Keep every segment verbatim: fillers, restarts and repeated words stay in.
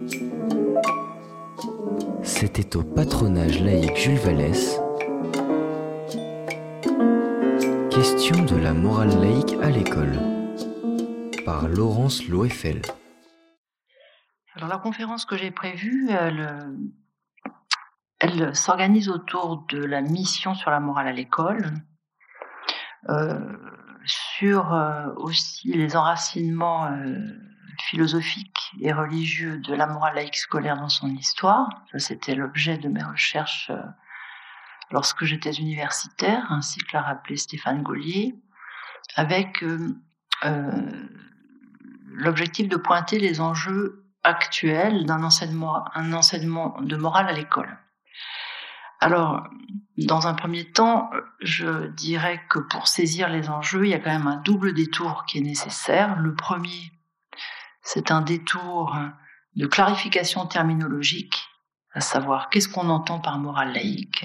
C'était au patronage laïque Jules Vallès. Question de la morale laïque à l'école, par Laurence Loeffel. Alors la conférence que j'ai prévue, elle, elle s'organise autour de la mission sur la morale à l'école, euh, sur euh, aussi les enracinements euh, philosophiques et religieux de la morale laïque scolaire dans son histoire. Ça, c'était l'objet de mes recherches euh, lorsque j'étais universitaire, ainsi que l'a rappelé Stéphane Gaulier, avec euh, euh, l'objectif de pointer les enjeux actuels d'un enseignement, un enseignement de morale à l'école. Alors, dans un premier temps, je dirais que pour saisir les enjeux, il y a quand même un double détour qui est nécessaire. Le premier, c'est un détour de clarification terminologique, à savoir qu'est-ce qu'on entend par morale laïque,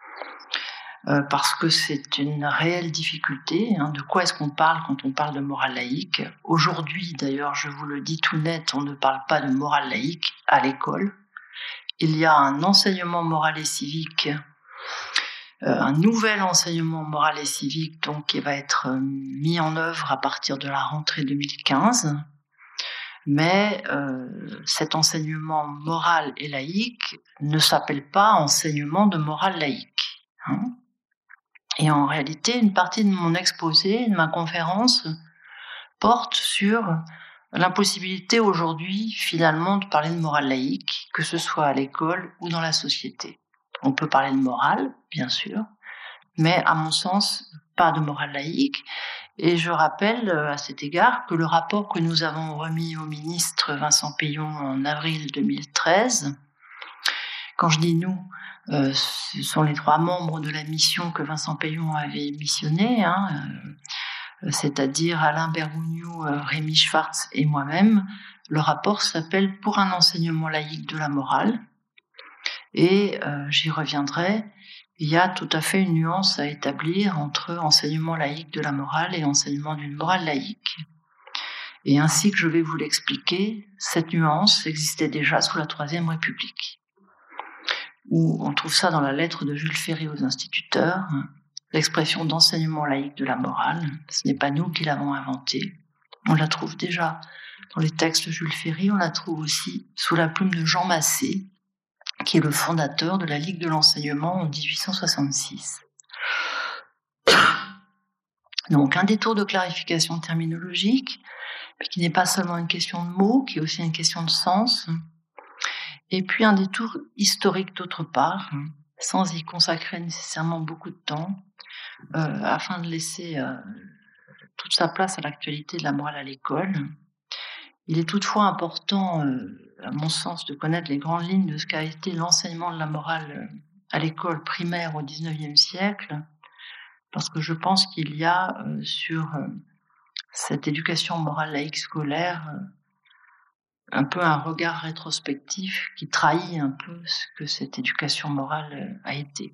euh, parce que c'est une réelle difficulté. Hein, de quoi est-ce qu'on parle quand on parle de morale laïque ? Aujourd'hui, d'ailleurs, je vous le dis tout net, on ne parle pas de morale laïque à l'école. Il y a un enseignement moral et civique, euh, un nouvel enseignement moral et civique donc, qui va être euh, mis en œuvre à partir de la rentrée deux mille quinze. Mais euh, cet enseignement moral et laïque ne s'appelle pas enseignement de morale laïque. Hein. Et en réalité, une partie de mon exposé, de ma conférence, porte sur l'impossibilité aujourd'hui, finalement, de parler de morale laïque, que ce soit à l'école ou dans la société. On peut parler de morale, bien sûr, mais à mon sens, pas de morale laïque. Et je rappelle à cet égard que le rapport que nous avons remis au ministre Vincent Peillon en avril deux mille treize, quand je dis nous, euh, ce sont les trois membres de la mission que Vincent Peillon avait missionnée, hein, euh, c'est-à-dire Alain Bergougnou, Rémi Schwartz et moi-même. Le rapport s'appelle « Pour un enseignement laïque de la morale ». Et euh, j'y reviendrai, il y a tout à fait une nuance à établir entre enseignement laïque de la morale et enseignement d'une morale laïque. Et ainsi que je vais vous l'expliquer, cette nuance existait déjà sous la Troisième République, où on trouve ça dans la lettre de Jules Ferry aux instituteurs, l'expression d'enseignement laïque de la morale. Ce n'est pas nous qui l'avons inventée. On la trouve déjà dans les textes de Jules Ferry, on la trouve aussi sous la plume de Jean Massé, qui est le fondateur de la Ligue de l'enseignement en dix-huit cent soixante-six. Donc un détour de clarification terminologique, qui n'est pas seulement une question de mots, qui est aussi une question de sens, et puis un détour historique d'autre part, sans y consacrer nécessairement beaucoup de temps, Euh, afin de laisser euh, toute sa place à l'actualité de la morale à l'école. Il est toutefois important, euh, à mon sens, de connaître les grandes lignes de ce qu'a été l'enseignement de la morale euh, à l'école primaire au dix-neuvième siècle, parce que je pense qu'il y a euh, sur euh, cette éducation morale laïque scolaire euh, un peu un regard rétrospectif qui trahit un peu ce que cette éducation morale euh, a été.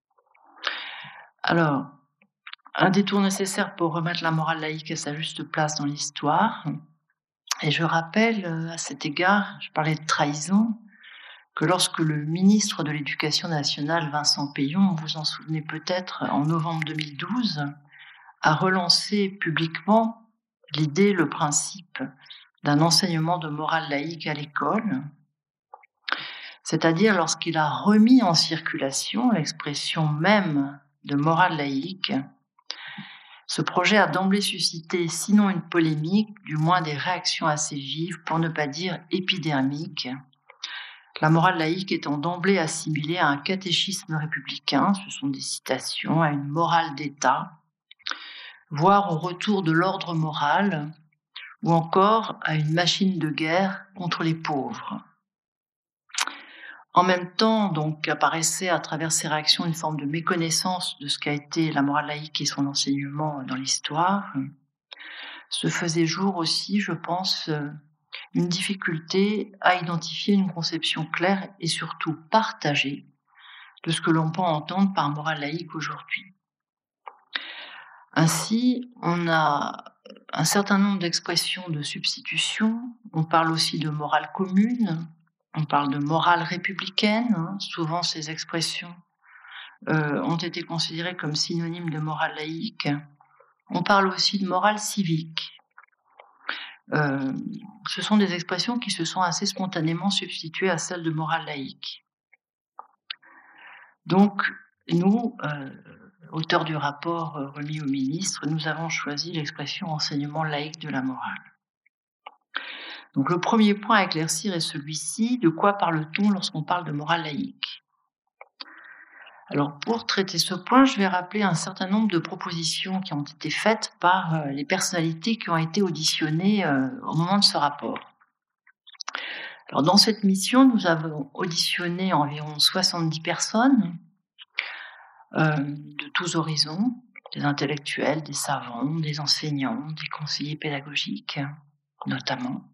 Alors, un détour nécessaire pour remettre la morale laïque à sa juste place dans l'histoire. Et je rappelle à cet égard, je parlais de trahison, que lorsque le ministre de l'Éducation nationale, Vincent Peillon, vous vous en souvenez peut-être, en novembre deux mille douze, a relancé publiquement l'idée, le principe d'un enseignement de morale laïque à l'école, c'est-à-dire lorsqu'il a remis en circulation l'expression même de morale laïque. Ce projet a d'emblée suscité, sinon une polémique, du moins des réactions assez vives, pour ne pas dire épidermiques. La morale laïque étant d'emblée assimilée à un catéchisme républicain, ce sont des citations, à une morale d'État, voire au retour de l'ordre moral, ou encore à une machine de guerre contre les pauvres. En même temps, donc, apparaissait à travers ces réactions une forme de méconnaissance de ce qu'a été la morale laïque et son enseignement dans l'histoire. Se faisait jour aussi, je pense, une difficulté à identifier une conception claire et surtout partagée de ce que l'on peut entendre par morale laïque aujourd'hui. Ainsi, on a un certain nombre d'expressions de substitution. On parle aussi de morale commune, On parle de morale républicaine, hein. Souvent ces expressions euh, ont été considérées comme synonymes de morale laïque. On parle aussi de morale civique. Euh, ce sont des expressions qui se sont assez spontanément substituées à celles de morale laïque. Donc, nous, euh, auteurs du rapport euh, remis au ministre, nous avons choisi l'expression enseignement laïque de la morale. Donc, le premier point à éclaircir est celui-ci. De quoi parle-t-on lorsqu'on parle de morale laïque ? Alors, pour traiter ce point, je vais rappeler un certain nombre de propositions qui ont été faites par euh, les personnalités qui ont été auditionnées euh, au moment de ce rapport. Alors, dans cette mission, nous avons auditionné environ soixante-dix personnes euh, de tous horizons, des intellectuels, des savants, des enseignants, des conseillers pédagogiques, notamment.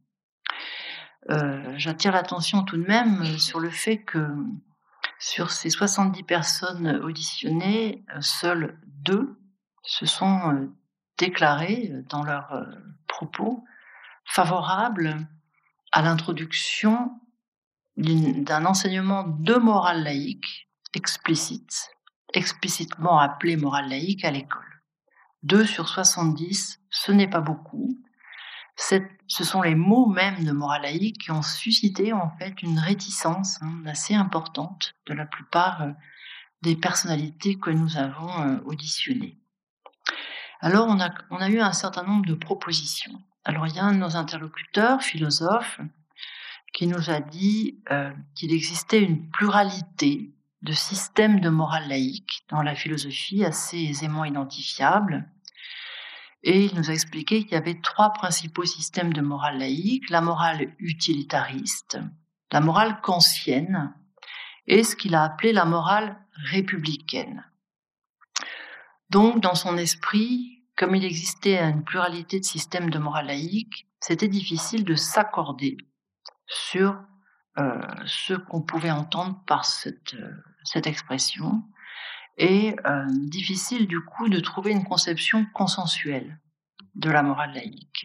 Euh, j'attire l'attention tout de même sur le fait que sur ces soixante-dix personnes auditionnées, seules deux se sont déclarées dans leurs propos favorables à l'introduction d'un enseignement de morale laïque explicite, explicitement appelé morale laïque à l'école. Deux sur soixante-dix, ce n'est pas beaucoup. Cette, ce sont les mots mêmes de morale laïque qui ont suscité en fait une réticence hein, assez importante de la plupart euh, des personnalités que nous avons euh, auditionnées. Alors on a, on a eu un certain nombre de propositions. Alors il y a un de nos interlocuteurs, philosophe, qui nous a dit euh, qu'il existait une pluralité de systèmes de morale laïque dans la philosophie assez aisément identifiables. Et il nous a expliqué qu'il y avait trois principaux systèmes de morale laïque, la morale utilitariste, la morale kantienne et ce qu'il a appelé la morale républicaine. Donc, dans son esprit, comme il existait une pluralité de systèmes de morale laïque, c'était difficile de s'accorder sur euh, ce qu'on pouvait entendre par cette, euh, cette expression. Et euh, difficile du coup de trouver une conception consensuelle de la morale laïque.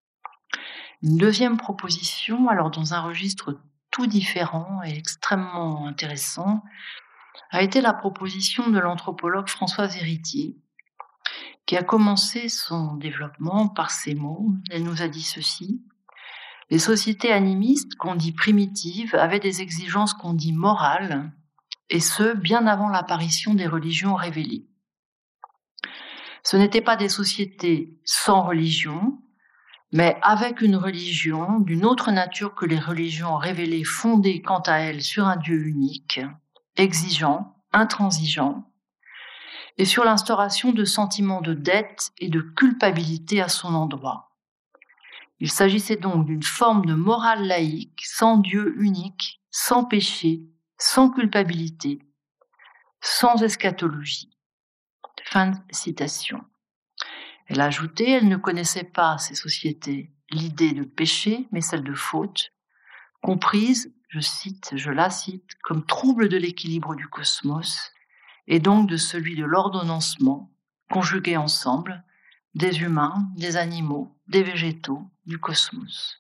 Une deuxième proposition, alors dans un registre tout différent et extrêmement intéressant, a été la proposition de l'anthropologue Françoise Héritier, qui a commencé son développement par ces mots. Elle nous a dit ceci: les sociétés animistes qu'on dit primitives avaient des exigences qu'on dit morales, et ce, bien avant l'apparition des religions révélées. Ce n'étaient pas des sociétés sans religion, mais avec une religion d'une autre nature que les religions révélées, fondées quant à elles sur un Dieu unique, exigeant, intransigeant, et sur l'instauration de sentiments de dette et de culpabilité à son endroit. Il s'agissait donc d'une forme de morale laïque, sans Dieu unique, sans péché, sans culpabilité, sans eschatologie. Fin de citation. Elle a ajouté, elle ne connaissait pas, ces sociétés, l'idée de péché, mais celle de faute, comprise, je cite, je la cite, comme trouble de l'équilibre du cosmos, et donc de celui de l'ordonnancement, conjugué ensemble, des humains, des animaux, des végétaux, du cosmos.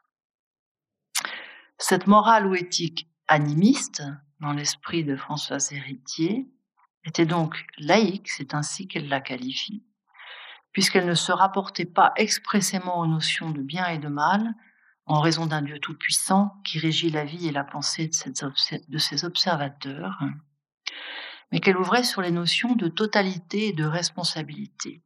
Cette morale ou éthique animiste, dans l'esprit de Françoise Héritier, était donc laïque, c'est ainsi qu'elle la qualifie, puisqu'elle ne se rapportait pas expressément aux notions de bien et de mal, en raison d'un Dieu tout-puissant qui régit la vie et la pensée de, cette, de ses observateurs, mais qu'elle ouvrait sur les notions de totalité et de responsabilité.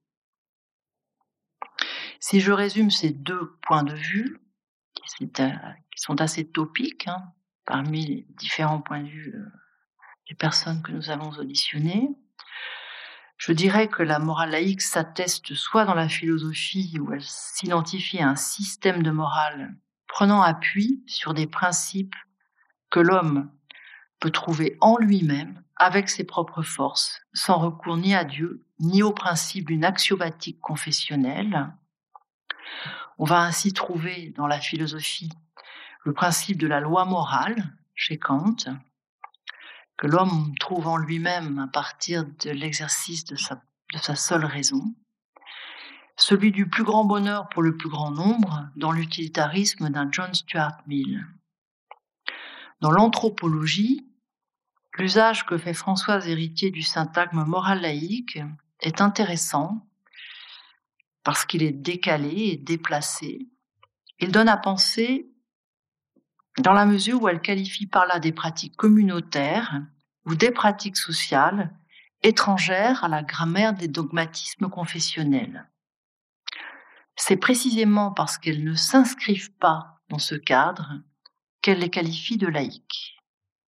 Si je résume ces deux points de vue, qui sont assez topiques, hein, parmi les différents points de vue des personnes que nous avons auditionnées, je dirais que la morale laïque s'atteste soit dans la philosophie où elle s'identifie à un système de morale prenant appui sur des principes que l'homme peut trouver en lui-même avec ses propres forces, sans recours ni à Dieu, ni au principe d'une axiomatique confessionnelle. On va ainsi trouver dans la philosophie le principe de la loi morale, chez Kant, que l'homme trouve en lui-même à partir de l'exercice de sa, de sa seule raison, celui du plus grand bonheur pour le plus grand nombre, dans l'utilitarisme d'un John Stuart Mill. Dans l'anthropologie, l'usage que fait Françoise Héritier du syntagme morale laïque est intéressant parce qu'il est décalé et déplacé. Il donne à penser dans la mesure où elle qualifie par là des pratiques communautaires ou des pratiques sociales étrangères à la grammaire des dogmatismes confessionnels. C'est précisément parce qu'elles ne s'inscrivent pas dans ce cadre qu'elle les qualifie de laïques.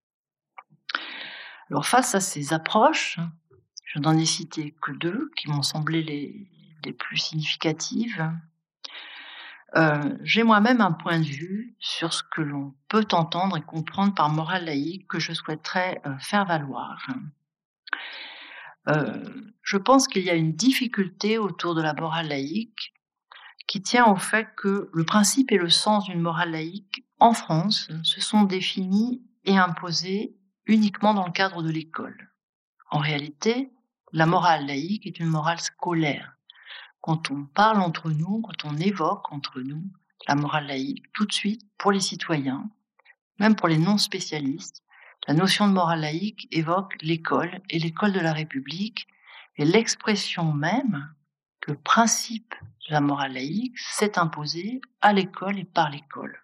Alors face à ces approches, je n'en ai cité que deux qui m'ont semblé les, les plus significatives. Euh, j'ai moi-même un point de vue sur ce que l'on peut entendre et comprendre par morale laïque que je souhaiterais euh, faire valoir. Euh, je pense qu'il y a une difficulté autour de la morale laïque qui tient au fait que le principe et le sens d'une morale laïque en France se sont définis et imposés uniquement dans le cadre de l'école. En réalité, la morale laïque est une morale scolaire. Quand on parle entre nous, quand on évoque entre nous la morale laïque, tout de suite, pour les citoyens, même pour les non-spécialistes, la notion de morale laïque évoque l'école et l'école de la République, et l'expression même, le principe de la morale laïque, s'est imposé à l'école et par l'école.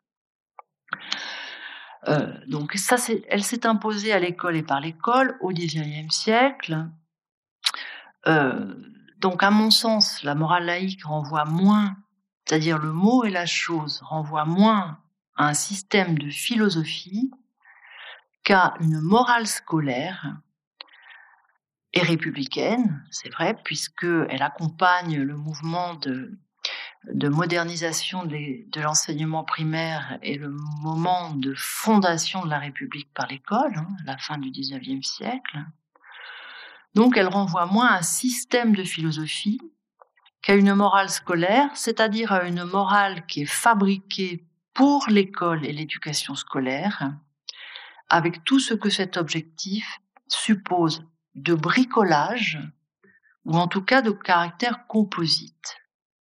Euh, donc ça, c'est, elle s'est imposée à l'école et par l'école au dix-neuvième siècle. Euh, donc à mon sens, la morale laïque renvoie moins, c'est-à-dire le mot et la chose, renvoie moins à un système de philosophie qu'à une morale scolaire et républicaine, c'est vrai, puisqu'elle accompagne le mouvement de, de modernisation de, de l'enseignement primaire et le moment de fondation de la République par l'école, hein, à la fin du dix-neuvième siècle. Donc elle renvoie moins à un système de philosophie qu'à une morale scolaire, c'est-à-dire à une morale qui est fabriquée pour l'école et l'éducation scolaire, avec tout ce que cet objectif suppose de bricolage, ou en tout cas de caractère composite.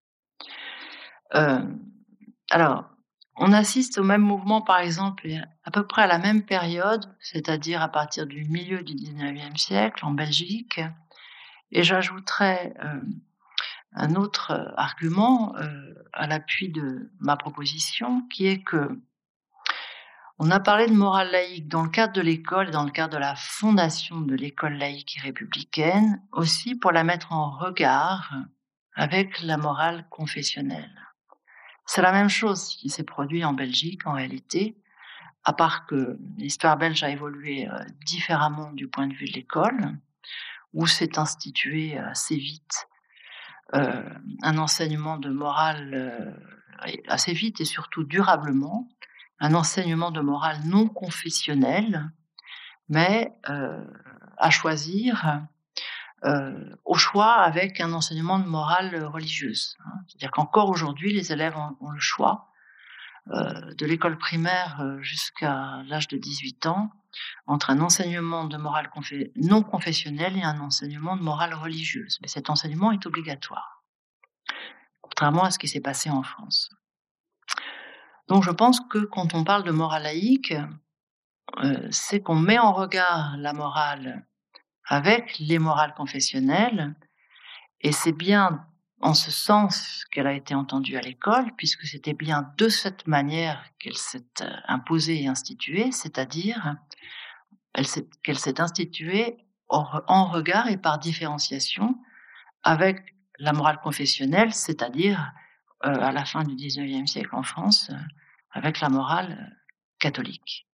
Euh, alors, on assiste au même mouvement, par exemple, à peu près à la même période, c'est-à-dire à partir du milieu du dix-neuvième siècle, en Belgique, et j'ajouterais euh, un autre argument euh, à l'appui de ma proposition, qui est que on a parlé de morale laïque dans le cadre de l'école et dans le cadre de la fondation de l'école laïque et républicaine, aussi pour la mettre en regard avec la morale confessionnelle. C'est la même chose qui s'est produit en Belgique en réalité, à part que l'histoire belge a évolué euh, différemment du point de vue de l'école, où s'est institué assez vite euh, un enseignement de morale euh, assez vite et surtout durablement, un enseignement de morale non confessionnel, mais euh, à choisir euh, au choix avec un enseignement de morale religieuse. Hein. C'est-à-dire qu'encore aujourd'hui, les élèves ont, ont le choix euh, de l'école primaire jusqu'à l'âge de dix-huit ans entre un enseignement de morale confé- non confessionnel et un enseignement de morale religieuse. Mais cet enseignement est obligatoire, contrairement à ce qui s'est passé en France. Donc je pense que quand on parle de morale laïque, euh, c'est qu'on met en regard la morale avec les morales confessionnelles, et c'est bien en ce sens qu'elle a été entendue à l'école, puisque c'était bien de cette manière qu'elle s'est imposée et instituée, c'est-à-dire elle s'est, qu'elle s'est instituée en regard et par différenciation avec la morale confessionnelle, c'est-à-dire euh, à la fin du dix-neuvième siècle en France, euh, avec la morale catholique.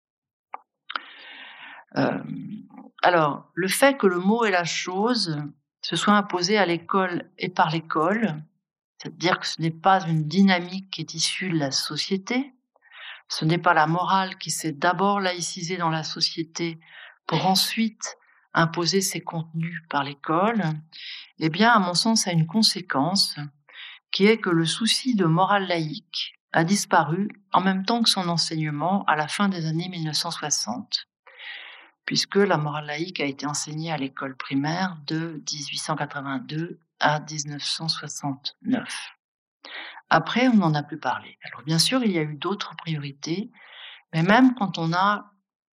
Euh, alors, le fait que le mot et la chose se soient imposés à l'école et par l'école, c'est-à-dire que ce n'est pas une dynamique qui est issue de la société, ce n'est pas la morale qui s'est d'abord laïcisée dans la société pour ensuite imposer ses contenus par l'école, eh bien, à mon sens, ça a une conséquence qui est que le souci de morale laïque a disparu en même temps que son enseignement à la fin des années mille neuf cent soixante, puisque la morale laïque a été enseignée à l'école primaire de dix-huit cent quatre-vingt-deux à dix-neuf cent soixante-neuf. Après, on n'en a plus parlé. Alors bien sûr, il y a eu d'autres priorités, mais même quand on a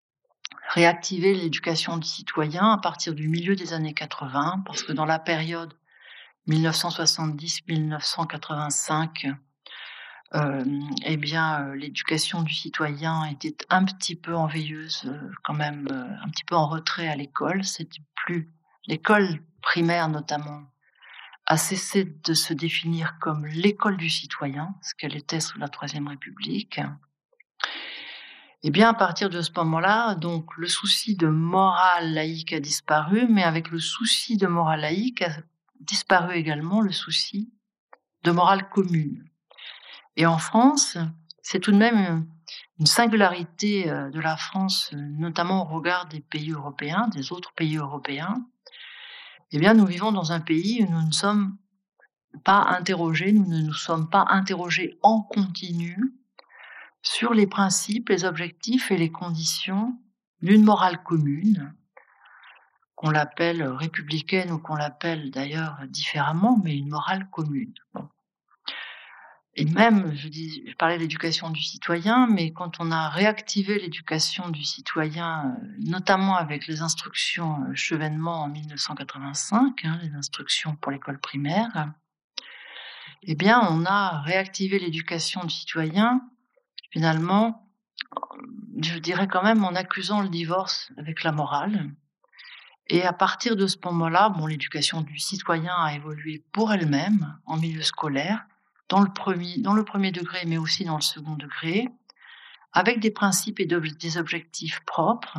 réactiver l'éducation du citoyen à partir du milieu des années quatre-vingts, parce que dans la période mille neuf cent soixante-dix à mille neuf cent quatre-vingt-cinq, euh, eh bien, euh, l'éducation du citoyen était un petit peu en veilleuse, euh, quand même, euh, un petit peu en retrait à l'école. C'était plus l'école primaire notamment a cessé de se définir comme l'école du citoyen, ce qu'elle était sous la Troisième République. Eh bien, à partir de ce moment-là, donc, le souci de morale laïque a disparu, mais avec le souci de morale laïque a disparu également le souci de morale commune. Et en France, c'est tout de même une singularité de la France, notamment au regard des pays européens, des autres pays européens. Eh bien, nous vivons dans un pays où nous ne sommes pas interrogés, nous ne nous sommes pas interrogés en continu sur les principes, les objectifs et les conditions d'une morale commune, qu'on l'appelle républicaine ou qu'on l'appelle d'ailleurs différemment, mais une morale commune. Bon. Et même, je, dis, je parlais de l'éducation du citoyen, mais quand on a réactivé l'éducation du citoyen, notamment avec les instructions Chevènement en mille neuf cent quatre-vingt-cinq, hein, les instructions pour l'école primaire, eh bien, on a réactivé l'éducation du citoyen, finalement, je dirais quand même en accusant le divorce avec la morale. Et à partir de ce moment-là, bon, l'éducation du citoyen a évolué pour elle-même en milieu scolaire, dans le premier, dans le premier degré, mais aussi dans le second degré, avec des principes et des objectifs propres,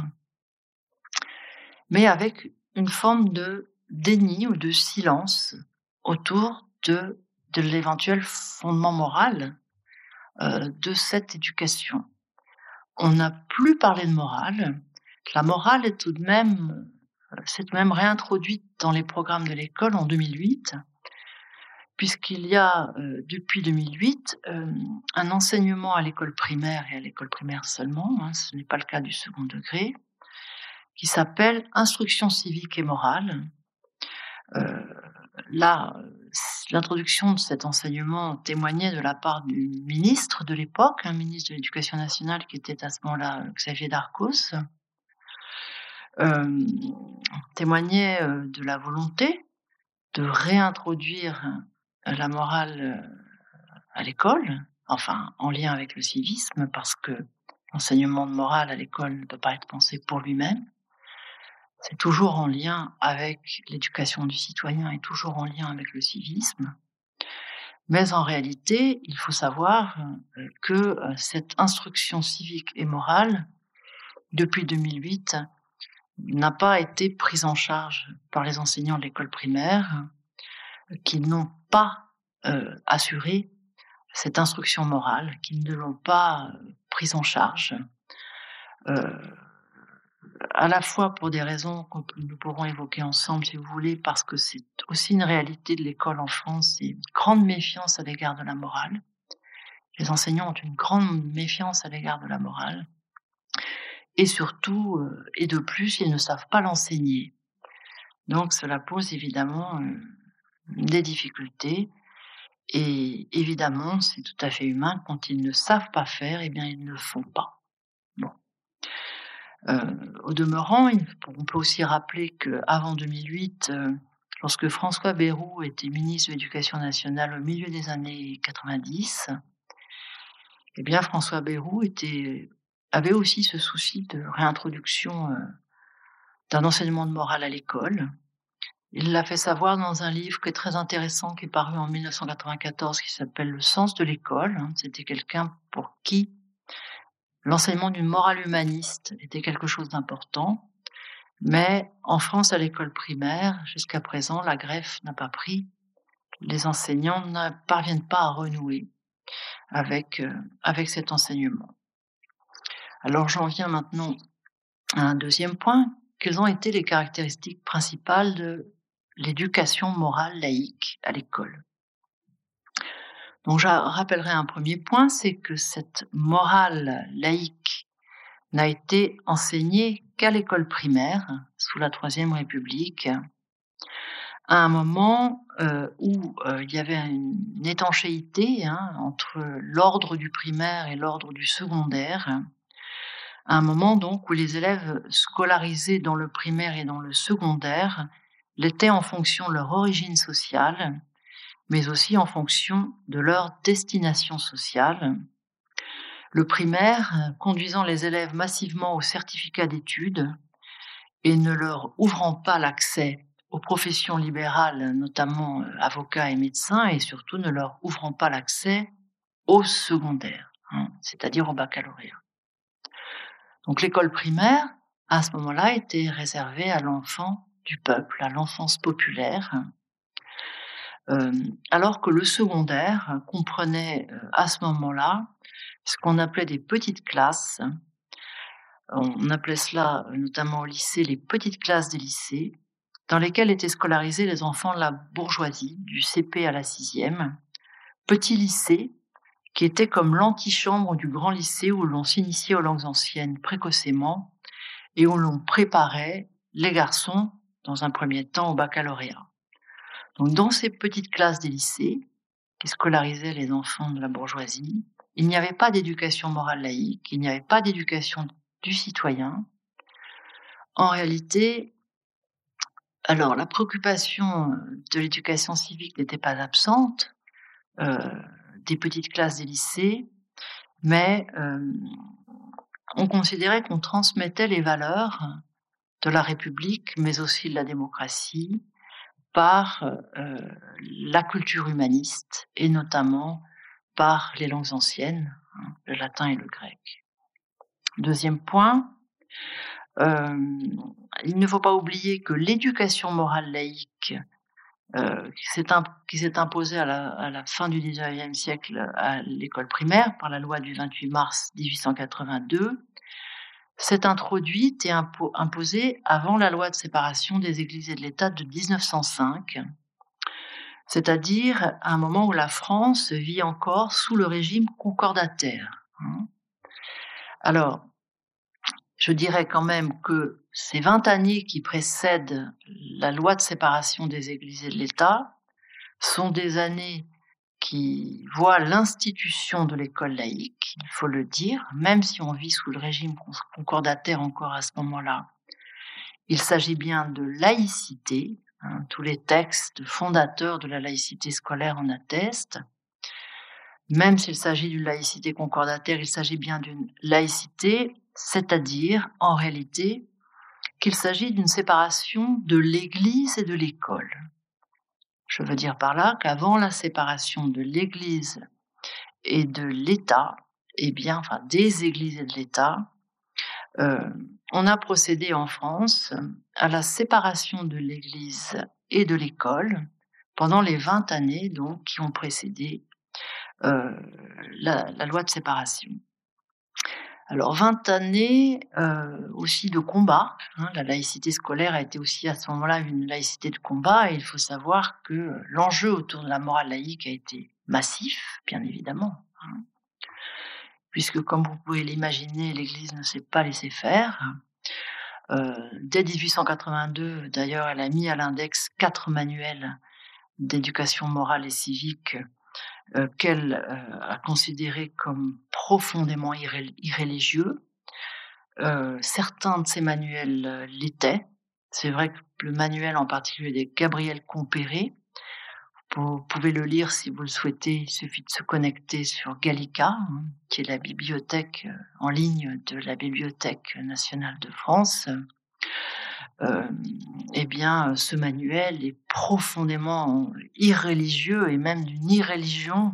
mais avec une forme de déni ou de silence autour de, de l'éventuel fondement moral euh, de cette éducation. On n'a plus parlé de morale. La morale est tout de même, c'est tout de même réintroduite dans les programmes de l'école en deux mille huit, puisqu'il y a euh, depuis deux mille huit euh, un enseignement à l'école primaire et à l'école primaire seulement, hein, ce n'est pas le cas du second degré, qui s'appelle Instruction civique et morale. Euh, là, l'introduction de cet enseignement témoignait de la part du ministre de l'époque, un ministre de l'Éducation nationale qui était à ce moment-là Xavier Darcos, euh, témoignait euh, de la volonté de réintroduire la morale à l'école, enfin en lien avec le civisme, parce que l'enseignement de morale à l'école ne peut pas être pensé pour lui-même. C'est toujours en lien avec l'éducation du citoyen et toujours en lien avec le civisme. Mais en réalité, il faut savoir que cette instruction civique et morale, depuis deux mille huit, n'a pas été prise en charge par les enseignants de l'école primaire, qui n'ont pas euh, assuré cette instruction morale, qui ne l'ont pas euh, prise en charge, euh, à la fois pour des raisons que nous pourrons évoquer ensemble, si vous voulez, parce que c'est aussi une réalité de l'école en France, c'est une grande méfiance à l'égard de la morale. Les enseignants ont une grande méfiance à l'égard de la morale. Et surtout, euh, et de plus, ils ne savent pas l'enseigner. Donc cela pose évidemment euh, des difficultés. Et évidemment, c'est tout à fait humain, quand ils ne savent pas faire, eh bien ils ne font pas. Bon. Euh, au demeurant, on peut aussi rappeler qu'avant deux mille huit, euh, lorsque François Bayrou était ministre de l'Éducation nationale au milieu des années quatre-vingt-dix, eh bien François Bayrou était, avait aussi ce souci de réintroduction euh, d'un enseignement de morale à l'école. Il l'a fait savoir dans un livre qui est très intéressant, qui est paru en mille neuf cent quatre-vingt-quatorze, qui s'appelle « Le sens de l'école ». C'était quelqu'un pour qui l'enseignement d'une morale humaniste était quelque chose d'important. Mais en France, à l'école primaire, jusqu'à présent, la greffe n'a pas pris. Les enseignants ne parviennent pas à renouer avec, euh, avec cet enseignement. Alors j'en viens maintenant à un deuxième point. Quelles ont été les caractéristiques principales de l'éducation morale laïque à l'école? Donc je rappellerai un premier point, c'est que cette morale laïque n'a été enseignée qu'à l'école primaire, sous la Troisième République, à un moment euh, où euh, il y avait une étanchéité hein, entre l'ordre du primaire et l'ordre du secondaire, à un moment donc où les élèves scolarisés dans le primaire et dans le secondaire l'étaient en fonction de leur origine sociale, mais aussi en fonction de leur destination sociale. Le primaire conduisant les élèves massivement au certificat d'études et ne leur ouvrant pas l'accès aux professions libérales, notamment avocats et médecins, et surtout ne leur ouvrant pas l'accès au secondaire, hein, c'est-à-dire au baccalauréat. Donc l'école primaire, à ce moment-là, était réservée à l'enfant du peuple, à l'enfance populaire, euh, alors que le secondaire comprenait euh, à ce moment-là ce qu'on appelait des petites classes. On appelait cela, notamment au lycée, les petites classes des lycées, dans lesquelles étaient scolarisés les enfants de la bourgeoisie, du C P à la sixième. Petits lycées qui étaient comme l'antichambre du grand lycée où l'on s'initiait aux langues anciennes précocement et où l'on préparait les garçons, dans un premier temps, au baccalauréat. Donc, dans ces petites classes des lycées, qui scolarisaient les enfants de la bourgeoisie, il n'y avait pas d'éducation morale laïque, il n'y avait pas d'éducation du citoyen. En réalité, alors la préoccupation de l'éducation civique n'était pas absente euh, des petites classes des lycées, mais euh, on considérait qu'on transmettait les valeurs de la République, mais aussi de la démocratie, par euh, la culture humaniste, et notamment par les langues anciennes, hein, le latin et le grec. Deuxième point, euh, il ne faut pas oublier que l'éducation morale laïque euh, qui, s'est imp- qui s'est imposée à la, à la fin du dix-neuvième siècle à l'école primaire par la loi du vingt-huit mars dix-huit cent quatre-vingt-deux, s'est introduite et impo- imposée avant la loi de séparation des églises et de l'État de dix-neuf cent cinq, c'est-à-dire à un moment où la France vit encore sous le régime concordataire. Alors, je dirais quand même que ces vingt années qui précèdent la loi de séparation des églises et de l'État sont des années qui voient l'institution de l'école laïque, il faut le dire, même si on vit sous le régime concordataire encore à ce moment-là. Il s'agit bien de laïcité, hein, tous les textes fondateurs de la laïcité scolaire en attestent. Même s'il s'agit d'une laïcité concordataire, il s'agit bien d'une laïcité, c'est-à-dire, en réalité, qu'il s'agit d'une séparation de l'Église et de l'école. Je veux dire par là qu'avant la séparation de l'Église et de l'État, eh bien, enfin, des Églises et de l'État, euh, on a procédé en France à la séparation de l'Église et de l'école pendant les vingt années donc, qui ont précédé euh, la, la loi de séparation. Alors, vingt années euh, aussi de combat. Hein, la laïcité scolaire a été aussi à ce moment-là une laïcité de combat, et il faut savoir que l'enjeu autour de la morale laïque a été massif, bien évidemment. Hein, puisque, comme vous pouvez l'imaginer, l'Église ne s'est pas laissée faire. Euh, dès dix-huit cent quatre-vingt-deux, d'ailleurs, elle a mis à l'index quatre manuels d'éducation morale et civique euh, qu'elle euh, a considérés comme profondément irré- irréligieux. Euh, certains de ces manuels euh, l'étaient. C'est vrai que le manuel en particulier de Gabriel Compéré, vous pouvez le lire si vous le souhaitez, il suffit de se connecter sur Gallica, hein, qui est la bibliothèque en ligne de la Bibliothèque nationale de France. Euh, eh bien, ce manuel est profondément irréligieux et même d'une irréligion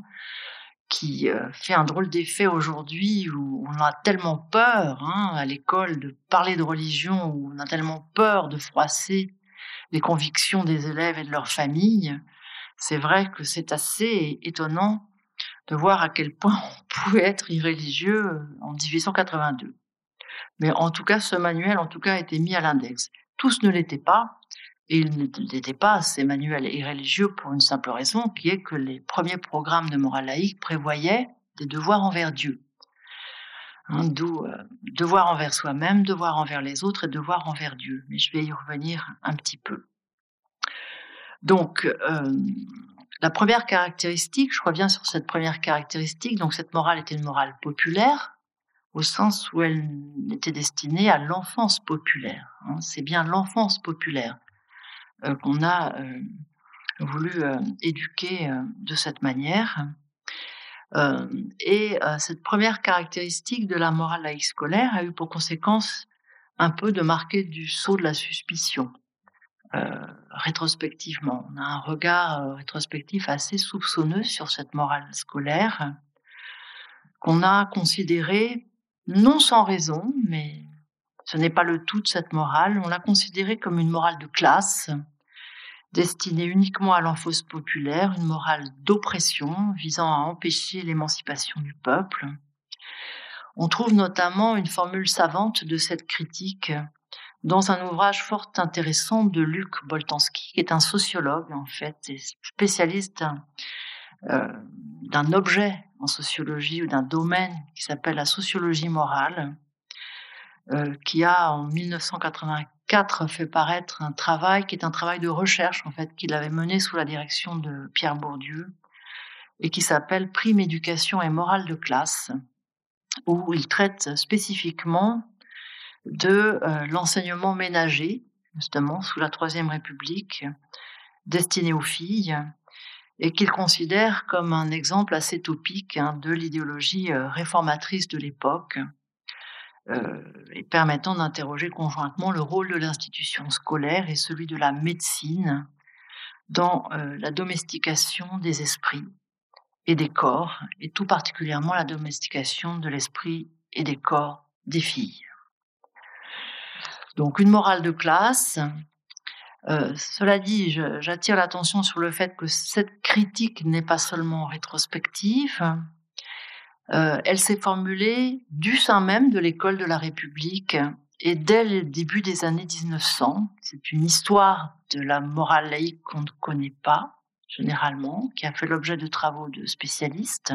qui euh, fait un drôle d'effet aujourd'hui où on a tellement peur hein, à l'école de parler de religion, où on a tellement peur de froisser les convictions des élèves et de leurs familles. C'est vrai que c'est assez étonnant de voir à quel point on pouvait être irréligieux en dix-huit cent quatre-vingt-deux. Mais en tout cas, ce manuel en tout cas, a été mis à l'index. Tous ne l'étaient pas, et ils n'étaient pas ces manuels irréligieux pour une simple raison, qui est que les premiers programmes de morale laïque prévoyaient des devoirs envers Dieu. Hein, d'où euh, devoir envers soi-même, devoir envers les autres et devoir envers Dieu. Mais je vais y revenir un petit peu. Donc, euh, la première caractéristique, je reviens sur cette première caractéristique, donc cette morale était une morale populaire, au sens où elle était destinée à l'enfance populaire. Hein. C'est bien l'enfance populaire euh, qu'on a euh, voulu euh, éduquer euh, de cette manière. Euh, et euh, cette première caractéristique de la morale laïque scolaire a eu pour conséquence un peu de marquer du sceau de la suspicion. Euh, rétrospectivement, on a un regard euh, rétrospectif assez soupçonneux sur cette morale scolaire qu'on a considérée, non sans raison, mais ce n'est pas le tout de cette morale, on l'a considérée comme une morale de classe, destinée uniquement à l'enfance populaire, une morale d'oppression visant à empêcher l'émancipation du peuple. On trouve notamment une formule savante de cette critique dans un ouvrage fort intéressant de Luc Boltanski, qui est un sociologue en fait, et spécialiste euh, d'un objet en sociologie ou d'un domaine qui s'appelle la sociologie morale, euh, qui a en dix-neuf cent quatre-vingt-quatre fait paraître un travail qui est un travail de recherche en fait qu'il avait mené sous la direction de Pierre Bourdieu et qui s'appelle Prime éducation et morale de classe, où il traite spécifiquement de euh, l'enseignement ménager, justement sous la Troisième République, destiné aux filles, et qu'il considère comme un exemple assez topique hein, de l'idéologie euh, réformatrice de l'époque, euh, et permettant d'interroger conjointement le rôle de l'institution scolaire et celui de la médecine dans euh, la domestication des esprits et des corps, et tout particulièrement la domestication de l'esprit et des corps des filles. Donc une morale de classe. Euh, cela dit, je, j'attire l'attention sur le fait que cette critique n'est pas seulement rétrospective, euh, elle s'est formulée du sein même de l'école de la République et dès le début des années dix-neuf cents. C'est une histoire de la morale laïque qu'on ne connaît pas généralement, qui a fait l'objet de travaux de spécialistes.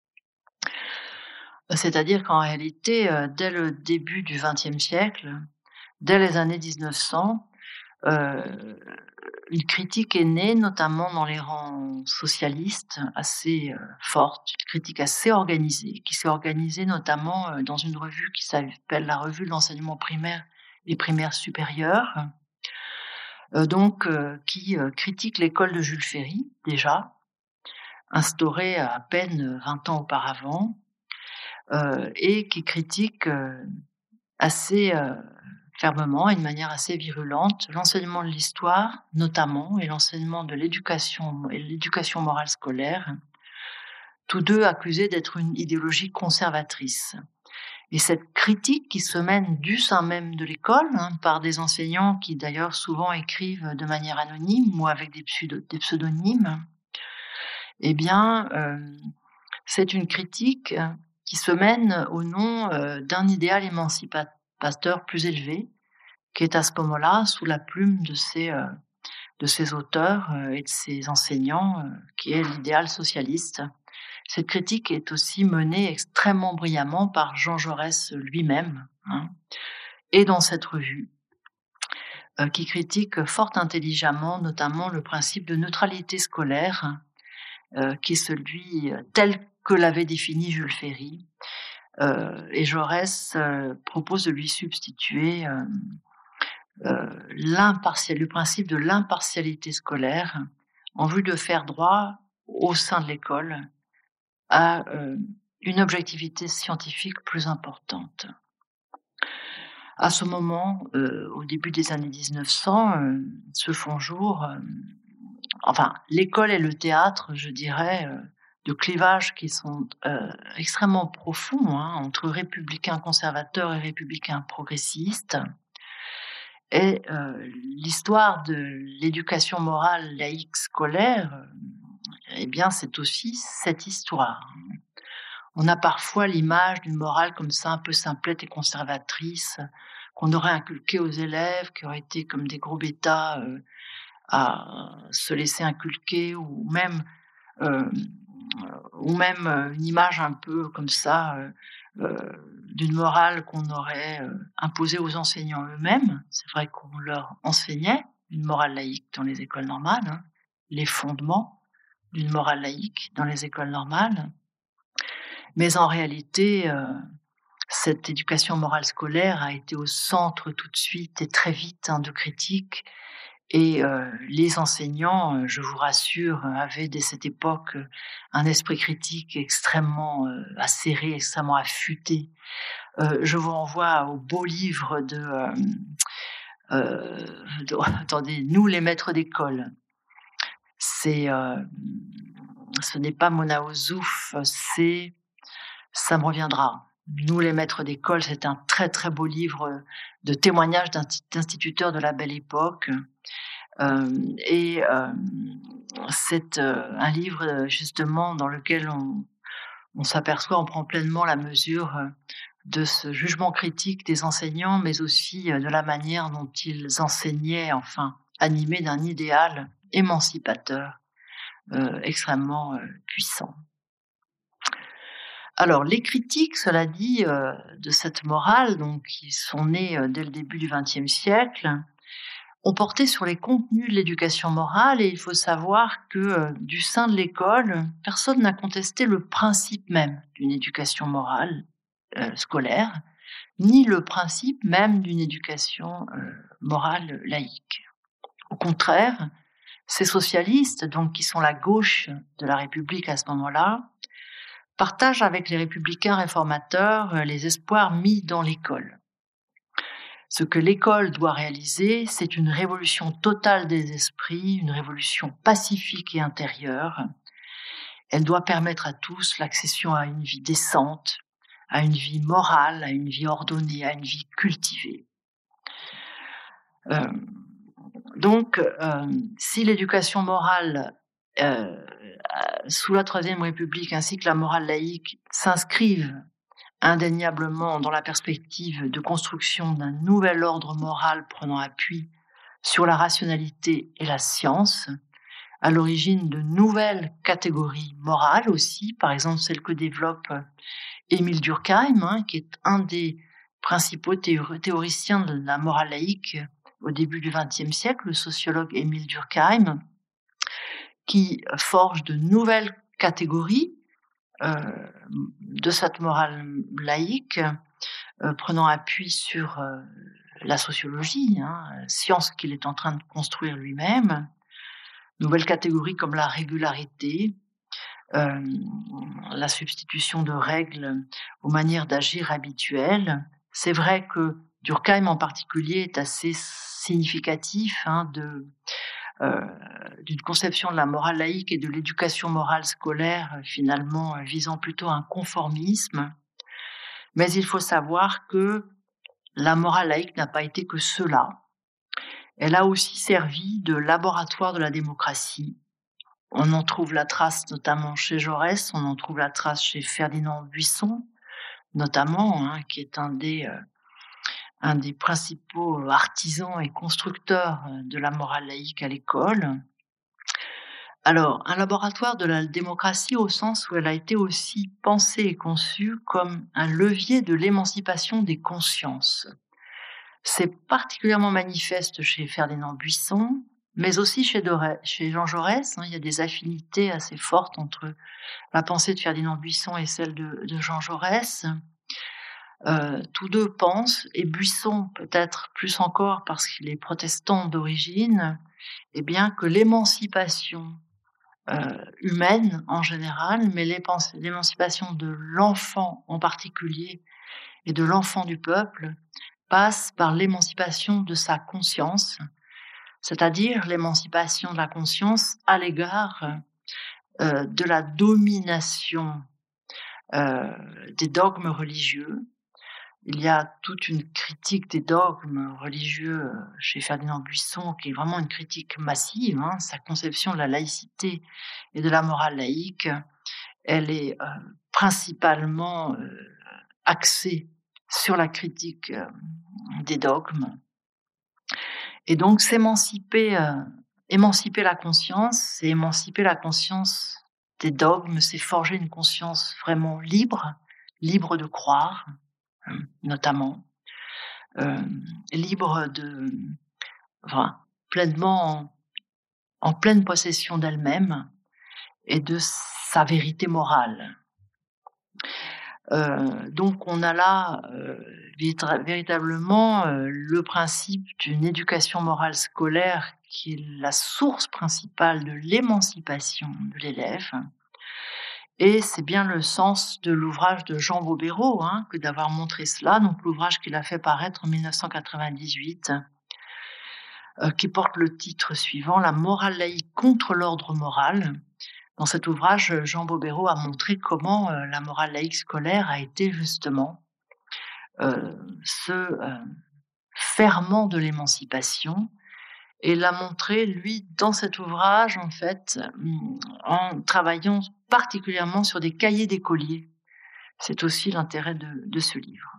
C'est-à-dire qu'en réalité, euh, dès le début du vingtième siècle, dès les années dix-neuf cents, euh, une critique est née, notamment dans les rangs socialistes, assez euh, forte, une critique assez organisée, qui s'est organisée notamment euh, dans une revue qui s'appelle la Revue de l'enseignement primaire et primaire supérieur, euh, donc euh, qui euh, critique l'école de Jules Ferry, déjà, instaurée à peine vingt ans auparavant, euh, et qui critique euh, assez... Euh, fermement et de manière assez virulente l'enseignement de l'histoire notamment et l'enseignement de l'éducation et l'éducation morale scolaire, tous deux accusés d'être une idéologie conservatrice. Et cette critique qui se mène du sein même de l'école, hein, par des enseignants qui d'ailleurs souvent écrivent de manière anonyme ou avec des, pseudo- des pseudonymes, eh bien, euh, c'est une critique qui se mène au nom euh, d'un idéal émancipateur pasteur plus élevé, qui est à ce moment-là sous la plume de ces, euh, de ces auteurs euh, et de ces enseignants, euh, qui est l'idéal socialiste. Cette critique est aussi menée extrêmement brillamment par Jean Jaurès lui-même, hein, et dans cette revue, euh, qui critique fort intelligemment notamment le principe de neutralité scolaire, euh, qui est celui euh, tel que l'avait défini Jules Ferry. Euh, et Jaurès euh, propose de lui substituer euh, euh, l'impartial, le principe de l'impartialité scolaire en vue de faire droit au sein de l'école à euh, une objectivité scientifique plus importante. À ce moment, euh, au début des années dix-neuf cents, euh, se font jour, euh, enfin, l'école et le théâtre, je dirais, euh, de clivages qui sont euh, extrêmement profonds hein, entre républicains conservateurs et républicains progressistes. Et euh, l'histoire de l'éducation morale laïque scolaire, euh, eh bien, c'est aussi cette histoire. On a parfois l'image d'une morale comme ça, un peu simplette et conservatrice, qu'on aurait inculquée aux élèves, qui auraient été comme des gros bêtas euh, à se laisser inculquer, ou même euh, ou même une image un peu comme ça euh, euh, d'une morale qu'on aurait euh, imposée aux enseignants eux-mêmes. C'est vrai qu'on leur enseignait une morale laïque dans les écoles normales, hein, les fondements d'une morale laïque dans les écoles normales, mais en réalité, euh, cette éducation morale scolaire a été au centre tout de suite et très vite hein, de critiques. Et euh, les enseignants, euh, je vous rassure, avaient dès cette époque euh, un esprit critique extrêmement euh, acéré, extrêmement affûté. Euh, je vous renvoie au beau livre de, euh, euh, de attendez, Nous les maîtres d'école. C'est, euh, ce n'est pas Mona Ozouf, c'est, ça me reviendra. Nous les maîtres d'école, c'est un très très beau livre de témoignages d'instituteurs de la belle époque. Euh, et euh, c'est euh, un livre justement dans lequel on, on s'aperçoit, on prend pleinement la mesure de ce jugement critique des enseignants, mais aussi de la manière dont ils enseignaient, enfin, animés d'un idéal émancipateur euh, extrêmement euh, puissant. Alors, les critiques, cela dit, euh, de cette morale, donc, qui sont nées euh, dès le début du vingtième siècle, ont porté sur les contenus de l'éducation morale, et il faut savoir que euh, du sein de l'école, personne n'a contesté le principe même d'une éducation morale euh, scolaire, ni le principe même d'une éducation euh, morale laïque. Au contraire, ces socialistes, donc qui sont la gauche de la République à ce moment-là, partagent avec les républicains réformateurs euh, les espoirs mis dans l'école. Ce que l'école doit réaliser, c'est une révolution totale des esprits, une révolution pacifique et intérieure. Elle doit permettre à tous l'accession à une vie décente, à une vie morale, à une vie ordonnée, à une vie cultivée. Euh, donc, euh, si l'éducation morale euh, sous la Troisième République ainsi que la morale laïque s'inscrivent indéniablement dans la perspective de construction d'un nouvel ordre moral prenant appui sur la rationalité et la science, à l'origine de nouvelles catégories morales aussi, par exemple celle que développe Émile Durkheim, hein, qui est un des principaux théoriciens de la morale laïque au début du vingtième siècle, le sociologue Émile Durkheim, qui forge de nouvelles catégories euh, de cette morale laïque, euh, prenant appui sur euh, la sociologie, hein, science qu'il est en train de construire lui-même, nouvelles catégories comme la régularité, euh, la substitution de règles aux manières d'agir habituelles. C'est vrai que Durkheim en particulier est assez significatif hein, de Euh, d'une conception de la morale laïque et de l'éducation morale scolaire, finalement euh, visant plutôt un conformisme. Mais il faut savoir que la morale laïque n'a pas été que cela. Elle a aussi servi de laboratoire de la démocratie. On en trouve la trace notamment chez Jaurès, on en trouve la trace chez Ferdinand Buisson, notamment, hein, qui est un des... Euh, un des principaux artisans et constructeurs de la morale laïque à l'école. Alors, un laboratoire de la démocratie au sens où elle a été aussi pensée et conçue comme un levier de l'émancipation des consciences. C'est particulièrement manifeste chez Ferdinand Buisson, mais aussi chez, Doré, chez Jean Jaurès. Hein, il y a des affinités assez fortes entre la pensée de Ferdinand Buisson et celle de, de Jean Jaurès. Euh, tous deux pensent, et Buisson peut-être plus encore parce qu'il est protestant d'origine, eh bien que l'émancipation euh, humaine en général, mais l'émancipation de l'enfant en particulier et de l'enfant du peuple passe par l'émancipation de sa conscience, c'est-à-dire l'émancipation de la conscience à l'égard euh, de la domination euh, des dogmes religieux. Il y a toute une critique des dogmes religieux chez Ferdinand Buisson qui est vraiment une critique massive. Hein. Sa conception de la laïcité et de la morale laïque, elle est euh, principalement euh, axée sur la critique euh, des dogmes. Et donc s'émanciper, euh, émanciper la conscience, c'est émanciper la conscience des dogmes, c'est forger une conscience vraiment libre, libre de croire, notamment, euh, libre de, enfin, pleinement en, en pleine possession d'elle-même et de sa vérité morale. Euh, donc on a là euh, véritablement euh, le principe d'une éducation morale scolaire qui est la source principale de l'émancipation de l'élève. Et c'est bien le sens de l'ouvrage de Jean Bobéro hein, que d'avoir montré cela, donc l'ouvrage qu'il a fait paraître en mille neuf cent quatre-vingt-dix-huit, euh, qui porte le titre suivant « La morale laïque contre l'ordre moral ». Dans cet ouvrage, Jean Bobéro a montré comment euh, la morale laïque scolaire a été justement euh, ce euh, ferment de l'émancipation, et l'a montré, lui, dans cet ouvrage, en fait, en travaillant particulièrement sur des cahiers d'écoliers. C'est aussi l'intérêt de, de ce livre.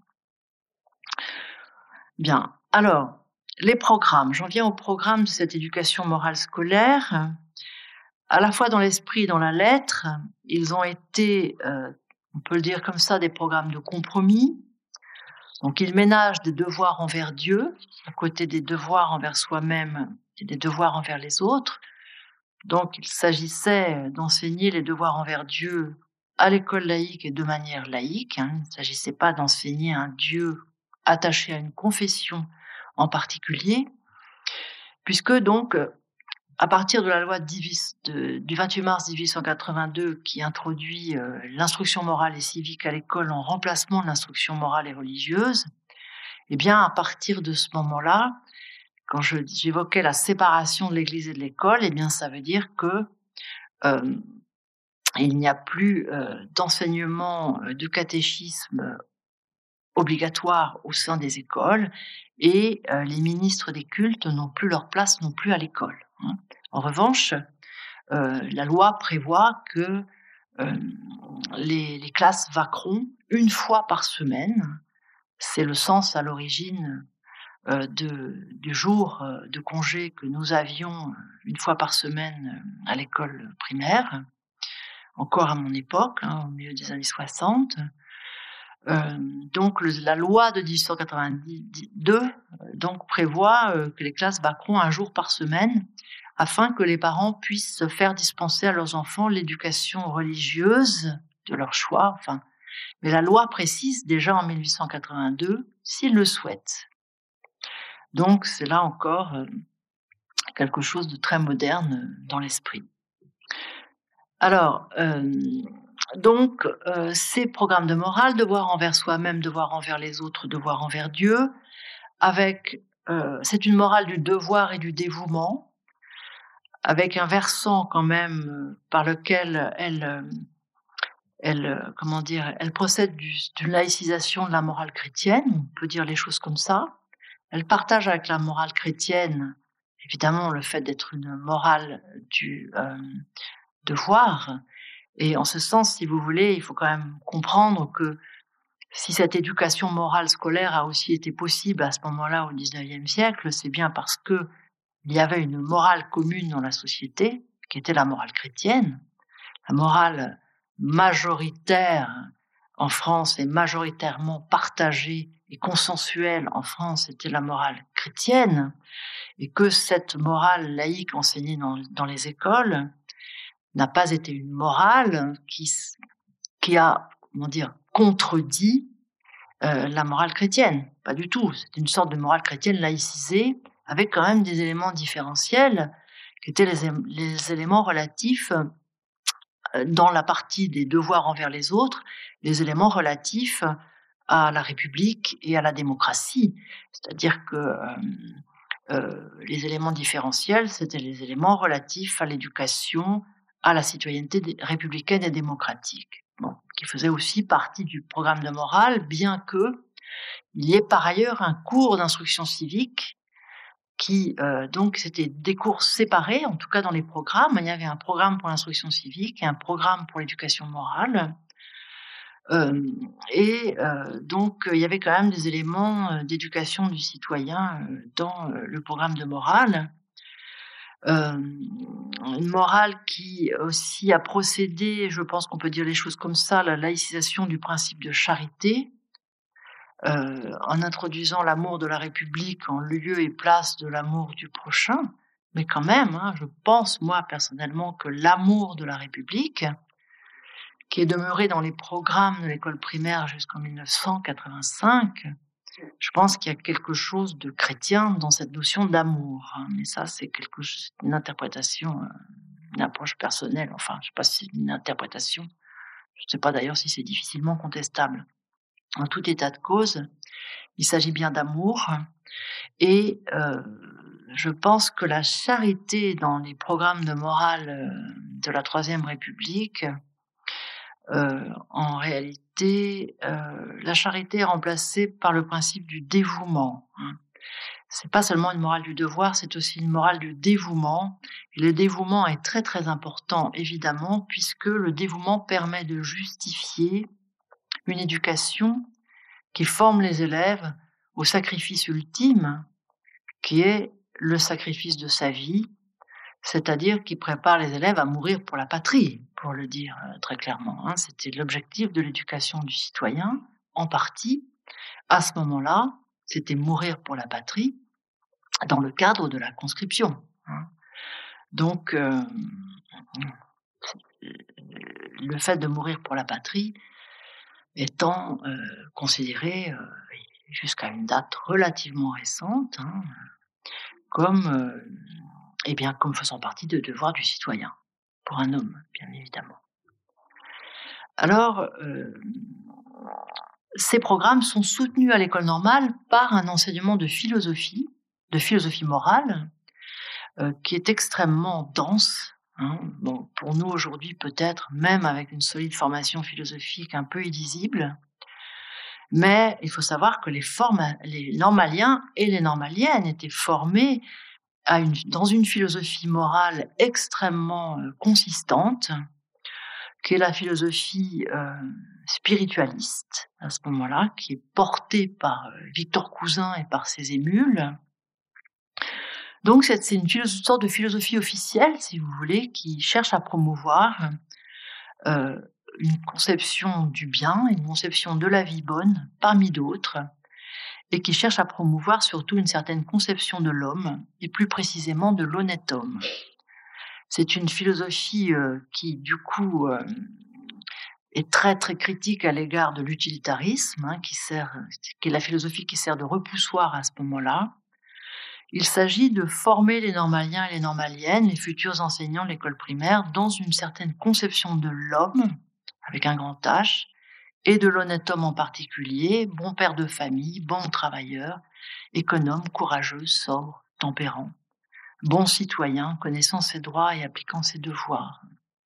Bien, alors, les programmes. J'en viens au programme de cette éducation morale scolaire. À la fois dans l'esprit et dans la lettre, ils ont été, euh, on peut le dire comme ça, des programmes de compromis. Donc, ils ménagent des devoirs envers Dieu, à côté des devoirs envers soi-même et des devoirs envers les autres. Donc, il s'agissait d'enseigner les devoirs envers Dieu à l'école laïque et de manière laïque. Hein. Il ne s'agissait pas d'enseigner un Dieu attaché à une confession en particulier, puisque donc, à partir de la loi de, du vingt-huit mars mille huit cent quatre-vingt-deux qui introduit euh, l'instruction morale et civique à l'école en remplacement de l'instruction morale et religieuse, eh bien, à partir de ce moment-là, quand je, j'évoquais la séparation de l'Église et de l'école, eh bien, ça veut dire que euh, il n'y a plus euh, d'enseignement euh, de catéchisme obligatoire au sein des écoles, et euh, les ministres des cultes n'ont plus leur place non plus à l'école. Hein. En revanche, euh, la loi prévoit que euh, les, les classes vacront une fois par semaine. C'est le sens à l'origine euh, de, du jour euh, de congé que nous avions une fois par semaine à l'école primaire, encore à mon époque, hein, au milieu des années soixante. Euh, donc le, la loi de dix-huit cent quatre-vingt-deux euh, donc prévoit euh, que les classes vacront un jour par semaine afin que les parents puissent faire dispenser à leurs enfants l'éducation religieuse de leur choix. Enfin, mais la loi précise déjà en mille huit cent quatre-vingt-deux s'ils le souhaitent. Donc c'est là encore euh, quelque chose de très moderne dans l'esprit. Alors, euh, donc, euh, ces programmes de morale, devoir envers soi-même, devoir envers les autres, devoir envers Dieu, avec, euh, c'est une morale du devoir et du dévouement, avec un versant quand même euh, par lequel elle, euh, elle, euh, comment dire, elle procède du, d'une laïcisation de la morale chrétienne, on peut dire les choses comme ça. Elle partage avec la morale chrétienne, évidemment, le fait d'être une morale du euh, devoir. Et en ce sens, si vous voulez, il faut quand même comprendre que si cette éducation morale scolaire a aussi été possible à ce moment-là, au dix-neuvième siècle, c'est bien parce que il y avait une morale commune dans la société, qui était la morale chrétienne. La morale majoritaire en France et majoritairement partagée et consensuelle en France était la morale chrétienne, et que cette morale laïque enseignée dans, dans les écoles n'a pas été une morale qui, qui a, comment dire, contredit euh, la morale chrétienne. Pas du tout. C'est une sorte de morale chrétienne laïcisée, avec quand même des éléments différentiels, qui étaient les, les éléments relatifs, euh, dans la partie des devoirs envers les autres, les éléments relatifs à la République et à la démocratie. C'est-à-dire que euh, euh, les éléments différentiels, c'était les éléments relatifs à l'éducation, à la citoyenneté républicaine et démocratique, bon, qui faisait aussi partie du programme de morale, bien que il y ait par ailleurs un cours d'instruction civique qui, euh, donc, c'était des cours séparés, en tout cas dans les programmes. Il y avait un programme pour l'instruction civique et un programme pour l'éducation morale. Euh, et euh, donc, il y avait quand même des éléments d'éducation du citoyen dans le programme de morale. Euh, une morale qui aussi a procédé, je pense qu'on peut dire les choses comme ça, la laïcisation du principe de charité, euh, en introduisant l'amour de la République en lieu et place de l'amour du prochain. Mais quand même, hein, je pense, moi, personnellement, que l'amour de la République, qui est demeuré dans les programmes de l'école primaire jusqu'en mille neuf cent quatre-vingt-cinq, je pense qu'il y a quelque chose de chrétien dans cette notion d'amour. Hein. Mais ça, c'est quelque chose, une interprétation, une approche personnelle. Enfin, je ne sais pas si c'est une interprétation. Je ne sais pas d'ailleurs si c'est difficilement contestable. En tout état de cause, il s'agit bien d'amour. Et euh, je pense que la charité dans les programmes de morale de la Troisième République, euh, en réalité, euh, la charité est remplacée par le principe du dévouement. Hein. C'est pas seulement une morale du devoir, c'est aussi une morale du dévouement. Et le dévouement est très très important, évidemment, puisque le dévouement permet de justifier une éducation qui forme les élèves au sacrifice ultime, qui est le sacrifice de sa vie, c'est-à-dire qui prépare les élèves à mourir pour la patrie, pour le dire très clairement. Hein. C'était l'objectif de l'éducation du citoyen, en partie. À ce moment-là, c'était mourir pour la patrie, dans le cadre de la conscription. Hein. Donc, euh, le fait de mourir pour la patrie étant euh, considéré, euh, jusqu'à une date relativement récente, hein, comme, euh, eh bien, comme faisant partie de devoir du citoyen, pour un homme, bien évidemment. Alors, euh, ces programmes sont soutenus à l'école normale par un enseignement de philosophie, de philosophie morale, euh, qui est extrêmement dense. Hein. Bon, pour nous aujourd'hui, peut-être, même avec une solide formation philosophique un peu illisible, mais il faut savoir que les, forma- les normaliens et les normaliennes étaient formés à une, dans une philosophie morale extrêmement euh, consistante, qui est la philosophie euh, spiritualiste, à ce moment-là, qui est portée par euh, Victor Cousin et par ses émules. Donc c'est, c'est une, philosophe, une sorte de philosophie officielle, si vous voulez, qui cherche à promouvoir euh, une conception du bien, une conception de la vie bonne, parmi d'autres, et qui cherche à promouvoir surtout une certaine conception de l'homme, et plus précisément de l'honnête homme. C'est une philosophie euh, qui, du coup, euh, est très très critique à l'égard de l'utilitarisme, hein, qui sert, qui est la philosophie qui sert de repoussoir à ce moment-là. Il s'agit de former les normaliens et les normaliennes, les futurs enseignants de l'école primaire, dans une certaine conception de l'homme, avec un grand H, et de l'honnête homme en particulier, bon père de famille, bon travailleur, économe, courageux, sobre, tempérant, bon citoyen, connaissant ses droits et appliquant ses devoirs.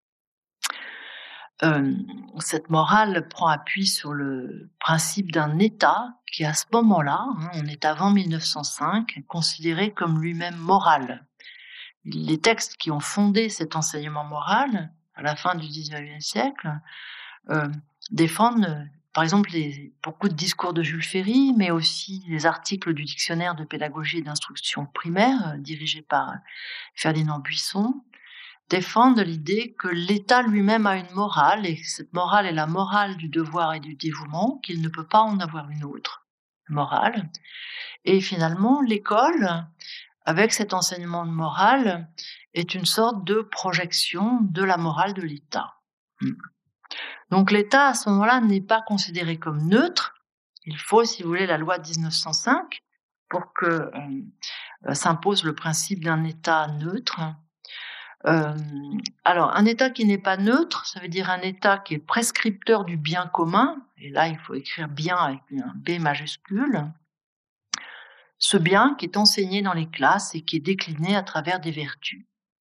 Euh, cette morale prend appui sur le principe d'un État qui, à ce moment-là, hein, on est avant mille neuf cent cinq, considéré comme lui-même moral. Les textes qui ont fondé cet enseignement moral, à la fin du dix-neuvième siècle, euh, défendent, par exemple, les, beaucoup de discours de Jules Ferry, mais aussi les articles du dictionnaire de pédagogie et d'instruction primaire, euh, dirigé par Ferdinand Buisson, défendent l'idée que l'État lui-même a une morale, et que cette morale est la morale du devoir et du dévouement, qu'il ne peut pas en avoir une autre morale. Et finalement, l'école, avec cet enseignement de morale, est une sorte de projection de la morale de l'État. Donc l'État, à ce moment-là, n'est pas considéré comme neutre. Il faut, si vous voulez, la loi de dix-neuf cent cinq pour que euh, s'impose le principe d'un État neutre. Euh, alors, un État qui n'est pas neutre, ça veut dire un État qui est prescripteur du bien commun, et là, il faut écrire bien avec un B majuscule, ce bien qui est enseigné dans les classes et qui est décliné à travers des vertus.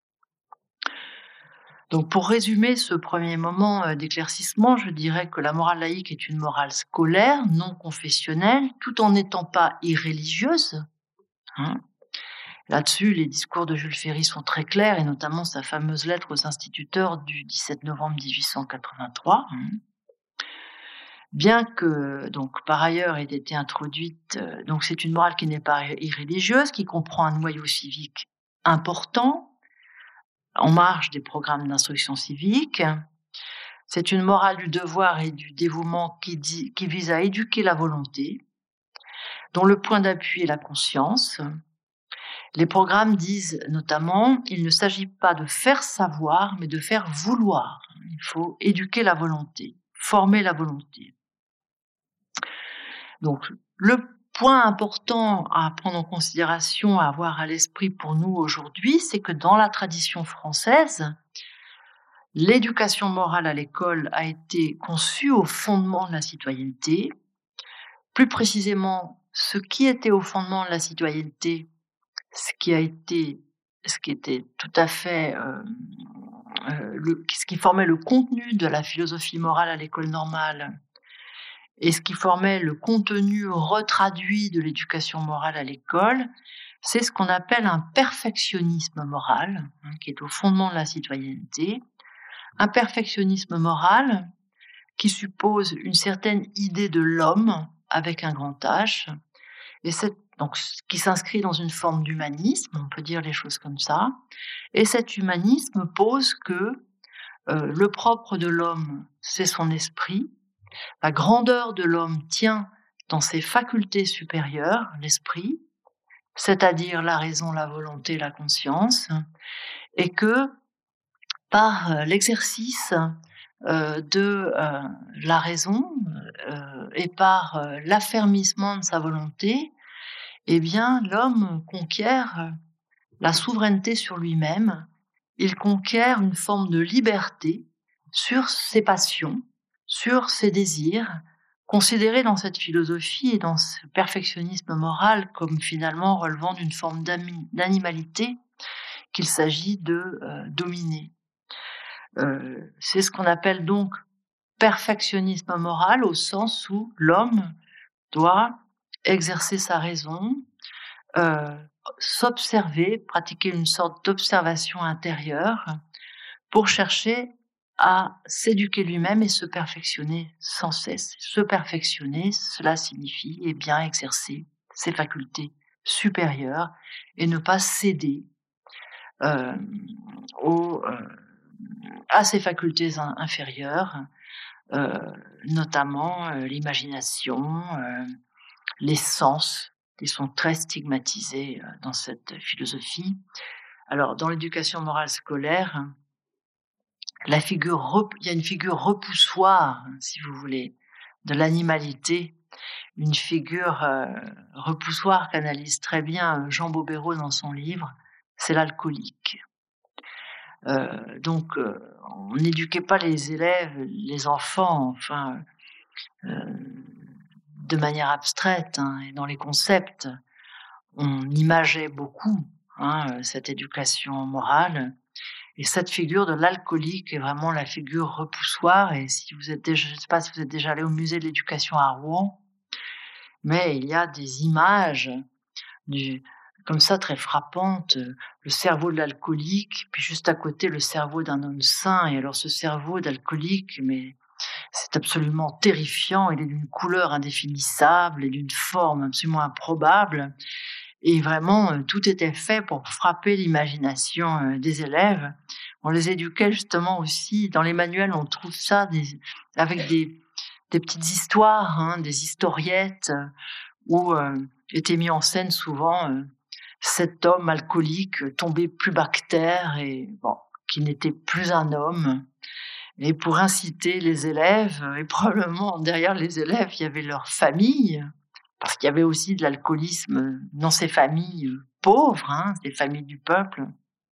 Donc, pour résumer ce premier moment d'éclaircissement, je dirais que la morale laïque est une morale scolaire, non confessionnelle, tout en n'étant pas irréligieuse. Hein. Là-dessus, les discours de Jules Ferry sont très clairs, et notamment sa fameuse lettre aux instituteurs du dix-sept novembre mille huit cent quatre-vingt-trois. Bien que, donc, par ailleurs, ait été introduite, euh, donc c'est une morale qui n'est pas irréligieuse, qui comprend un noyau civique important, en marge des programmes d'instruction civique. C'est une morale du devoir et du dévouement qui, dit, qui vise à éduquer la volonté, dont le point d'appui est la conscience. Les programmes disent notamment, il ne s'agit pas de faire savoir, mais de faire vouloir. Il faut éduquer la volonté, former la volonté. Donc, le point important à prendre en considération, à avoir à l'esprit pour nous aujourd'hui, c'est que dans la tradition française, l'éducation morale à l'école a été conçue au fondement de la citoyenneté. Plus précisément, ce qui était au fondement de la citoyenneté, ce qui a été, ce qui était tout à fait, euh, euh, le, ce qui formait le contenu de la philosophie morale à l'école normale, et ce qui formait le contenu retraduit de l'éducation morale à l'école, c'est ce qu'on appelle un perfectionnisme moral, hein, qui est au fondement de la citoyenneté. Un perfectionnisme moral qui suppose une certaine idée de l'homme avec un grand H, et cette, donc, qui s'inscrit dans une forme d'humanisme, on peut dire les choses comme ça. Et cet humanisme pose que euh, le propre de l'homme, c'est son esprit. La grandeur de l'homme tient dans ses facultés supérieures, l'esprit, c'est-à-dire la raison, la volonté, la conscience, et que par l'exercice euh, de euh, la raison euh, et par euh, l'affermissement de sa volonté, eh bien, l'homme conquiert la souveraineté sur lui-même, il conquiert une forme de liberté sur ses passions, sur ses désirs, considérés dans cette philosophie et dans ce perfectionnisme moral comme finalement relevant d'une forme d'animalité qu'il s'agit de euh, dominer. Euh, c'est ce qu'on appelle donc perfectionnisme moral au sens où l'homme doit exercer sa raison, euh, s'observer, pratiquer une sorte d'observation intérieure pour chercher à s'éduquer lui-même et se perfectionner sans cesse. Se perfectionner, cela signifie eh bien exercer ses facultés supérieures et ne pas céder euh, aux, euh, à ses facultés in- inférieures, euh, notamment euh, l'imagination, euh, les sens, qui sont très stigmatisés euh, dans cette philosophie. Alors, dans l'éducation morale scolaire, la figure rep- il y a une figure repoussoire, si vous voulez, de l'animalité, une figure euh, repoussoire qu'analyse très bien Jean Bobéro dans son livre, c'est l'alcoolique. Euh, donc, euh, on n'éduquait pas les élèves, les enfants, enfin, euh, de manière abstraite, hein, et dans les concepts. On imageait beaucoup hein, cette éducation morale. Et cette figure de l'alcoolique est vraiment la figure repoussoire. Et si vous êtes déjà, je ne sais pas si vous êtes déjà allé au musée de l'éducation à Rouen, mais il y a des images du, comme ça très frappantes. Le cerveau de l'alcoolique, puis juste à côté le cerveau d'un homme sain. Et alors ce cerveau d'alcoolique, mais c'est absolument terrifiant. Il est d'une couleur indéfinissable et d'une forme absolument improbable. Et vraiment, tout était fait pour frapper l'imagination des élèves. On les éduquait justement aussi. Dans les manuels, on trouve ça des, avec des, des petites histoires, hein, des historiettes, où euh, était mis en scène souvent euh, cet homme alcoolique tombé plus bas que terre et bon, qui n'était plus un homme. Et pour inciter les élèves, et probablement derrière les élèves, il y avait leur famille, parce qu'il y avait aussi de l'alcoolisme dans ces familles pauvres, hein, ces familles du peuple,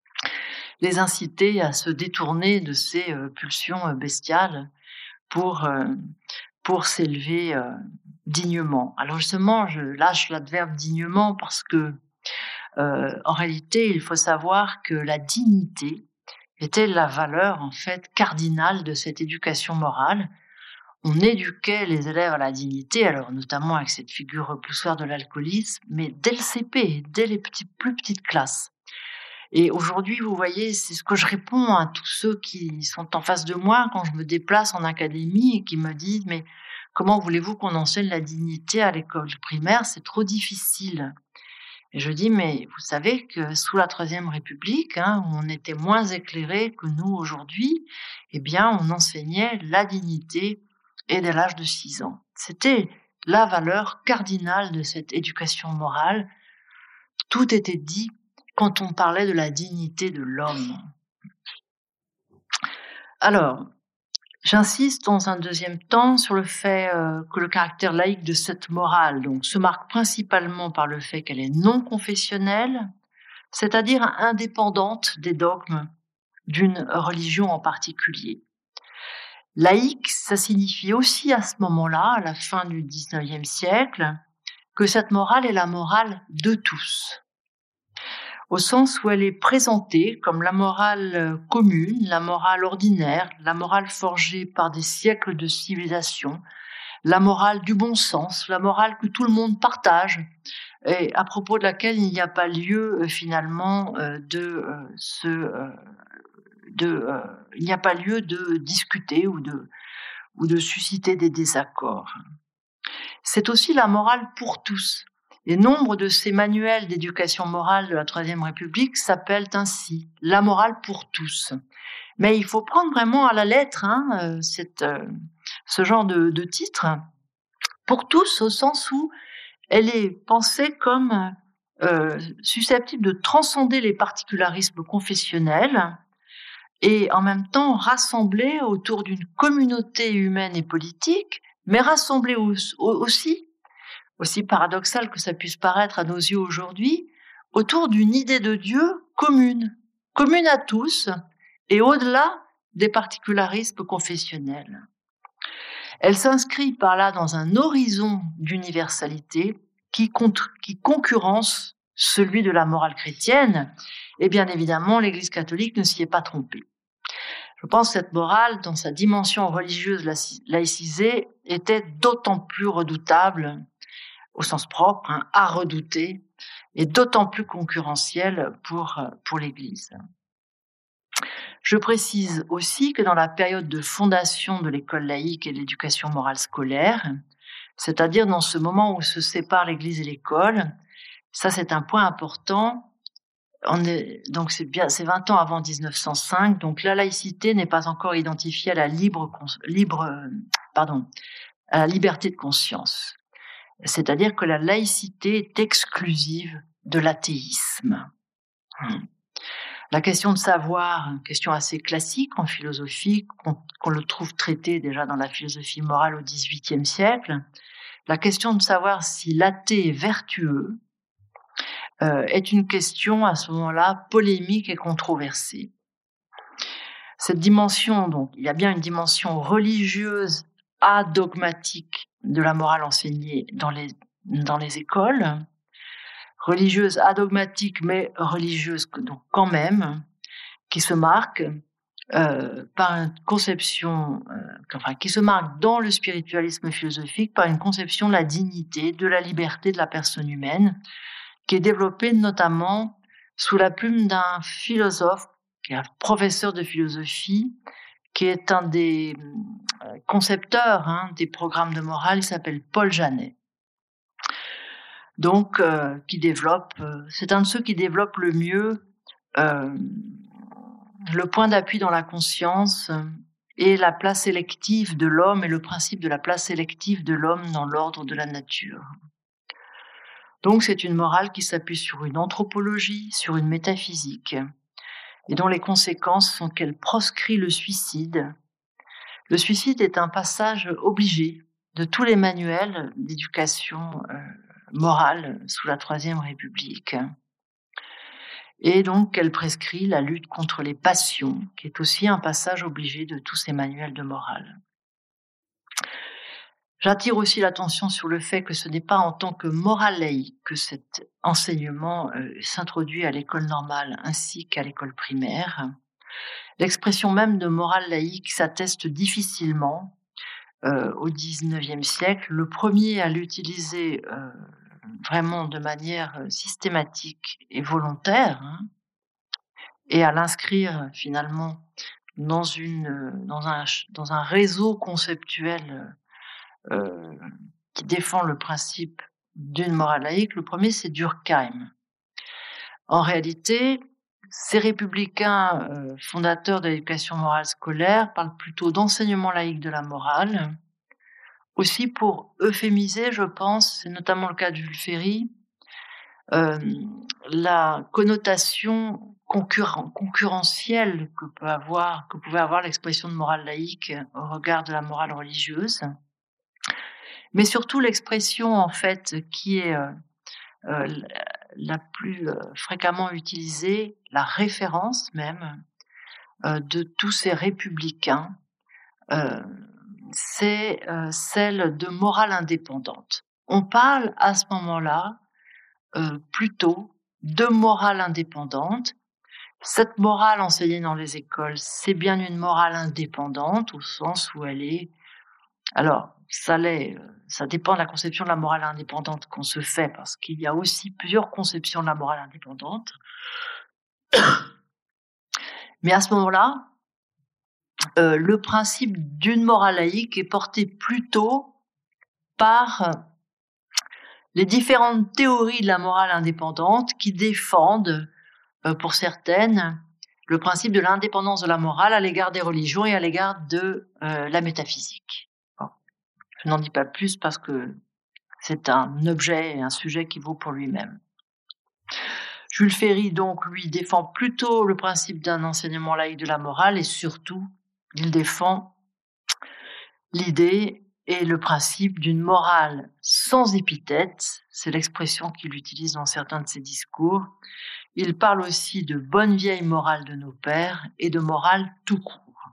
les inciter à se détourner de ces euh, pulsions bestiales pour, euh, pour s'élever euh, dignement. Alors justement, je lâche l'adverbe dignement parce que, euh, en réalité, il faut savoir que la dignité était la valeur, en fait, cardinale de cette éducation morale. On éduquait les élèves à la dignité, alors notamment avec cette figure repoussoire de l'alcoolisme, mais dès le C P, dès les petites, plus petites classes. Et aujourd'hui, vous voyez, c'est ce que je réponds à tous ceux qui sont en face de moi quand je me déplace en académie et qui me disent « Mais comment voulez-vous qu'on enseigne la dignité à l'école primaire ? C'est trop difficile. » Et je dis « Mais vous savez que sous la Troisième République, hein, où on était moins éclairés que nous aujourd'hui, eh bien, on enseignait la dignité et dès l'âge de six ans. C'était la valeur cardinale de cette éducation morale. Tout était dit quand on parlait de la dignité de l'homme. Alors, j'insiste dans un deuxième temps sur le fait euh, que le caractère laïque de cette morale donc, se marque principalement par le fait qu'elle est non confessionnelle, c'est-à-dire indépendante des dogmes d'une religion en particulier. Laïque, ça signifie aussi à ce moment-là, à la fin du dix-neuvième siècle, que cette morale est la morale de tous, au sens où elle est présentée comme la morale commune, la morale ordinaire, la morale forgée par des siècles de civilisation, la morale du bon sens, la morale que tout le monde partage, et à propos de laquelle il n'y a pas lieu finalement de se de euh, il n'y a pas lieu de discuter ou de ou de susciter des désaccords. C'est aussi la morale pour tous. Et nombre de ces manuels d'éducation morale de la Troisième République s'appellent ainsi la morale pour tous. Mais il faut prendre vraiment à la lettre hein, cette, euh, ce genre de, de titre pour tous, au sens où elle est pensée comme euh, susceptible de transcender les particularismes confessionnels et en même temps rassemblée autour d'une communauté humaine et politique, mais rassemblée aussi, aussi paradoxal que ça puisse paraître à nos yeux aujourd'hui, autour d'une idée de Dieu commune, commune à tous et au-delà des particularismes confessionnels. Elle s'inscrit par là dans un horizon d'universalité qui, contre, qui concurrence celui de la morale chrétienne, et bien évidemment l'Église catholique ne s'y est pas trompée. Je pense que cette morale, dans sa dimension religieuse laïcisée, était d'autant plus redoutable, au sens propre, hein, à redouter, et d'autant plus concurrentielle pour, pour l'Église. Je précise aussi que dans la période de fondation de l'école laïque et de l'éducation morale scolaire, c'est-à-dire dans ce moment où se séparent l'Église et l'école, ça c'est un point important. On est, donc c'est bien, c'est vingt ans avant dix-neuf cent cinq, donc la laïcité n'est pas encore identifiée à la libre, libre, pardon, à la liberté de conscience. C'est-à-dire que la laïcité est exclusive de l'athéisme. La question de savoir, une question assez classique en philosophie, qu'on, qu'on le trouve traité déjà dans la philosophie morale au dix-huitième siècle, la question de savoir si l'athée est vertueux, Euh, est une question à ce moment-là polémique et controversée. Cette dimension, donc, il y a bien une dimension religieuse adogmatique de la morale enseignée dans les, dans les écoles, religieuse adogmatique mais religieuse donc quand même, qui se marque euh, par une conception, euh, enfin qui se marque dans le spiritualisme philosophique par une conception de la dignité, de la liberté de la personne humaine, qui est développé notamment sous la plume d'un philosophe, qui est un professeur de philosophie, qui est un des concepteurs hein, des programmes de morale, il s'appelle Paul Janet. Donc, euh, qui développe, euh, c'est un de ceux qui développe le mieux euh, le point d'appui dans la conscience et la place sélective de l'homme et le principe de la place sélective de l'homme dans l'ordre de la nature. Donc c'est une morale qui s'appuie sur une anthropologie, sur une métaphysique, et dont les conséquences sont qu'elle proscrit le suicide. Le suicide est un passage obligé de tous les manuels d'éducation euh, morale sous la Troisième République. Et donc qu'elle prescrit la lutte contre les passions, qui est aussi un passage obligé de tous ces manuels de morale. J'attire aussi l'attention sur le fait que ce n'est pas en tant que morale laïque que cet enseignement euh, s'introduit à l'école normale ainsi qu'à l'école primaire. L'expression même de morale laïque s'atteste difficilement euh, au dix-neuvième siècle. Le premier à l'utiliser euh, vraiment de manière systématique et volontaire hein, et à l'inscrire finalement dans, une, dans, un, dans un réseau conceptuel Euh, qui défend le principe d'une morale laïque. Le premier, c'est Durkheim. En réalité, ces républicains euh, fondateurs de l'éducation morale scolaire parlent plutôt d'enseignement laïque de la morale, aussi pour euphémiser, je pense, c'est notamment le cas de Jules Ferry, euh, la connotation concurren- concurrentielle que peut avoir, que pouvait avoir l'expression de morale laïque au regard de la morale religieuse, mais surtout l'expression en fait qui est euh, euh, la, la plus euh, fréquemment utilisée, la référence même euh, de tous ces républicains, euh, c'est euh, celle de morale indépendante. On parle à ce moment-là euh, plutôt de morale indépendante. Cette morale enseignée dans les écoles, c'est bien une morale indépendante au sens où elle est... Alors, ça l'est, ça dépend de la conception de la morale indépendante qu'on se fait, parce qu'il y a aussi plusieurs conceptions de la morale indépendante. Mais à ce moment-là, euh, le principe d'une morale laïque est porté plutôt par les différentes théories de la morale indépendante qui défendent, euh, pour certaines, le principe de l'indépendance de la morale à l'égard des religions et à l'égard de euh, la métaphysique. Bon. Je n'en dis pas plus parce que c'est un objet et un sujet qui vaut pour lui-même. Jules Ferry, donc, lui, défend plutôt le principe d'un enseignement laïque de la morale et surtout, il défend l'idée et le principe d'une morale sans épithète, c'est l'expression qu'il utilise dans certains de ses discours. Il parle aussi de bonne vieille morale de nos pères et de morale tout court.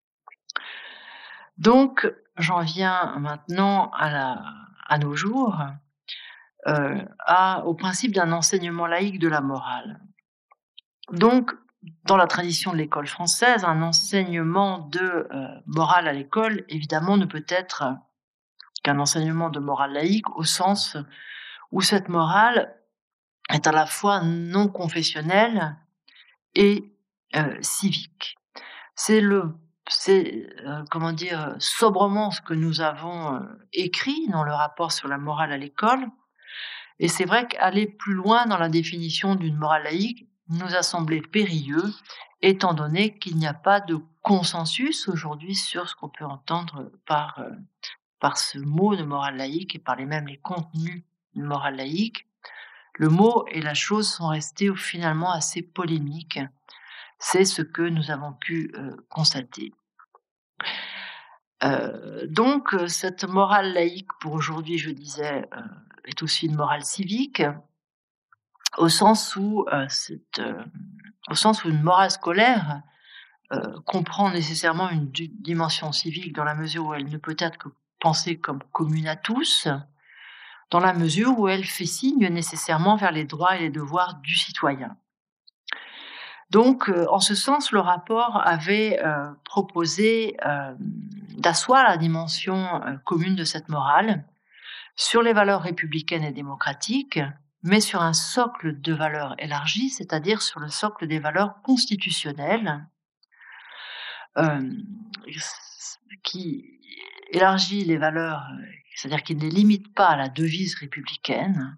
Donc, j'en viens maintenant à, la, à nos jours, euh, à, au principe d'un enseignement laïque de la morale. Donc, dans la tradition de l'école française, un enseignement de euh, morale à l'école, évidemment, ne peut être qu'un enseignement de morale laïque, au sens où cette morale est à la fois non confessionnelle et euh, civique. C'est le, c'est euh, comment dire, sobrement ce que nous avons euh, écrit dans le rapport sur la morale à l'école. Et c'est vrai qu'aller plus loin dans la définition d'une morale laïque nous a semblé périlleux, étant donné qu'il n'y a pas de consensus aujourd'hui sur ce qu'on peut entendre par, euh, par ce mot de morale laïque et par les mêmes les contenus de morale laïque. Le mot et la chose sont restés finalement assez polémiques. C'est ce que nous avons pu euh, constater. Euh, donc, cette morale laïque, pour aujourd'hui, je disais, euh, est aussi une morale civique, au sens où, euh, cette, euh, au sens où une morale scolaire euh, comprend nécessairement une d- dimension civique dans la mesure où elle ne peut être que pensée comme commune à tous, dans la mesure où elle fait signe nécessairement vers les droits et les devoirs du citoyen. Donc, euh, en ce sens, le rapport avait euh, proposé euh, d'asseoir la dimension euh, commune de cette morale sur les valeurs républicaines et démocratiques, mais sur un socle de valeurs élargies, c'est-à-dire sur le socle des valeurs constitutionnelles, euh, qui élargit les valeurs, c'est-à-dire qui ne les limite pas à la devise républicaine,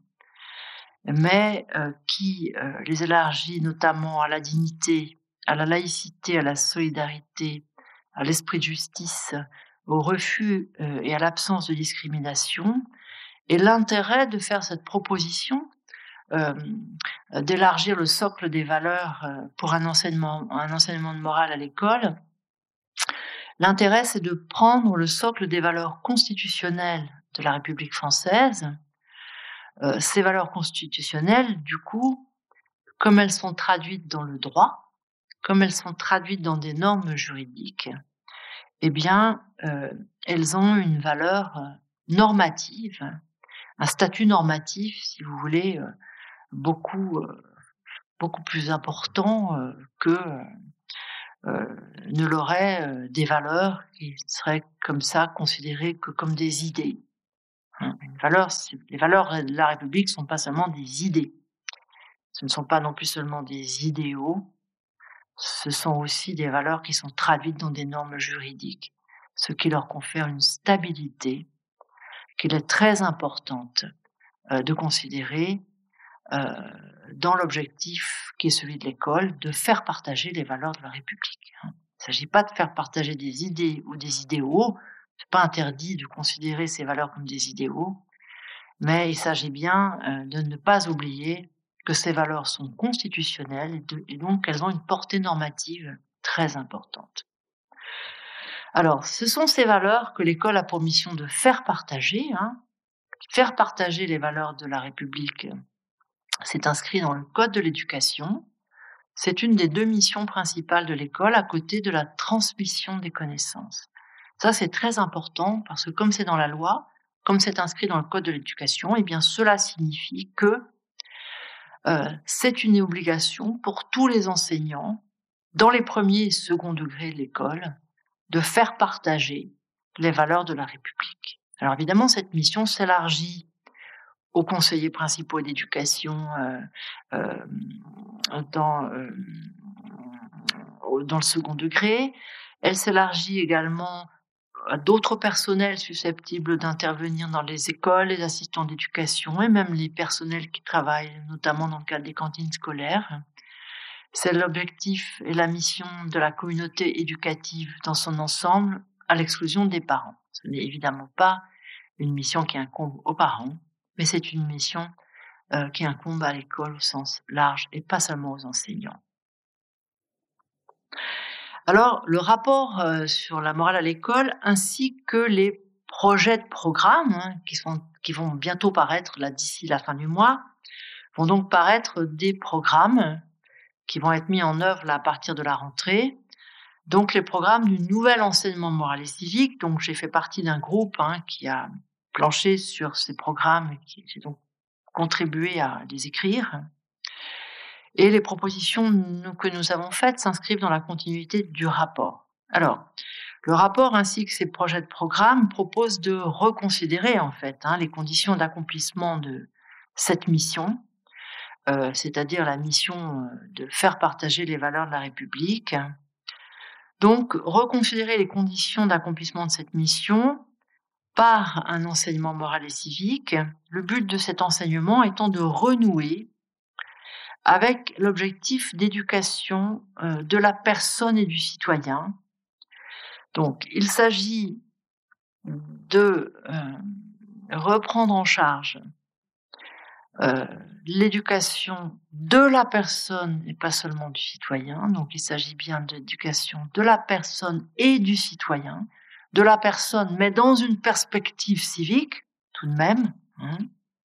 mais euh, qui euh, les élargit notamment à la dignité, à la laïcité, à la solidarité, à l'esprit de justice, au refus euh, et à l'absence de discrimination. Et l'intérêt de faire cette proposition, euh, d'élargir le socle des valeurs euh, pour un enseignement, un enseignement de morale à l'école, l'intérêt c'est de prendre le socle des valeurs constitutionnelles de la République française. Euh, ces valeurs constitutionnelles, du coup, comme elles sont traduites dans le droit, comme elles sont traduites dans des normes juridiques, eh bien, euh, elles ont une valeur euh, normative, un statut normatif, si vous voulez, euh, beaucoup, euh, beaucoup plus important euh, que euh, ne l'auraient euh, des valeurs qui seraient comme ça considérées que comme des idées. Une valeur, les valeurs de la République ne sont pas seulement des idées. Ce ne sont pas non plus seulement des idéaux, ce sont aussi des valeurs qui sont traduites dans des normes juridiques, ce qui leur confère une stabilité qu'il est très importante euh, de considérer euh, dans l'objectif qui est celui de l'école, de faire partager les valeurs de la République. Il ne s'agit pas de faire partager des idées ou des idéaux, c'est pas interdit de considérer ces valeurs comme des idéaux, mais il s'agit bien euh, de ne pas oublier que ces valeurs sont constitutionnelles et, de, et donc qu'elles ont une portée normative très importante. Alors, ce sont ces valeurs que l'école a pour mission de faire partager. Hein. Faire partager les valeurs de la République, c'est inscrit dans le Code de l'éducation. C'est une des deux missions principales de l'école à côté de la transmission des connaissances. Ça, c'est très important parce que comme c'est dans la loi, comme c'est inscrit dans le Code de l'éducation, eh bien, cela signifie que euh, c'est une obligation pour tous les enseignants, dans les premiers et seconds degrés de l'école, de faire partager les valeurs de la République. Alors évidemment, cette mission s'élargit aux conseillers principaux d'éducation euh, euh, dans, euh, dans le second degré. Elle s'élargit également à d'autres personnels susceptibles d'intervenir dans les écoles, les assistants d'éducation et même les personnels qui travaillent notamment dans le cadre des cantines scolaires. C'est l'objectif et la mission de la communauté éducative dans son ensemble, à l'exclusion des parents. Ce n'est évidemment pas une mission qui incombe aux parents, mais c'est une mission euh, qui incombe à l'école au sens large et pas seulement aux enseignants. Alors, le rapport euh, sur la morale à l'école ainsi que les projets de programme hein, qui, sont, qui vont bientôt paraître là d'ici la fin du mois vont donc paraître des programmes qui vont être mis en œuvre là, à partir de la rentrée. Donc, les programmes du nouvel enseignement moral et civique. Donc, j'ai fait partie d'un groupe hein, qui a planché sur ces programmes et qui j'ai donc contribué à les écrire. Et les propositions que nous avons faites s'inscrivent dans la continuité du rapport. Alors, le rapport ainsi que ses projets de programme proposent de reconsidérer en fait hein, les conditions d'accomplissement de cette mission, euh, c'est-à-dire la mission de faire partager les valeurs de la République. Donc, reconsidérer les conditions d'accomplissement de cette mission par un enseignement moral et civique, le but de cet enseignement étant de renouer avec l'objectif d'éducation euh, de la personne et du citoyen. Donc, il s'agit de euh, reprendre en charge euh, l'éducation de la personne et pas seulement du citoyen. Donc, il s'agit bien de l'éducation de la personne et du citoyen, de la personne, mais dans une perspective civique, tout de même. Hein.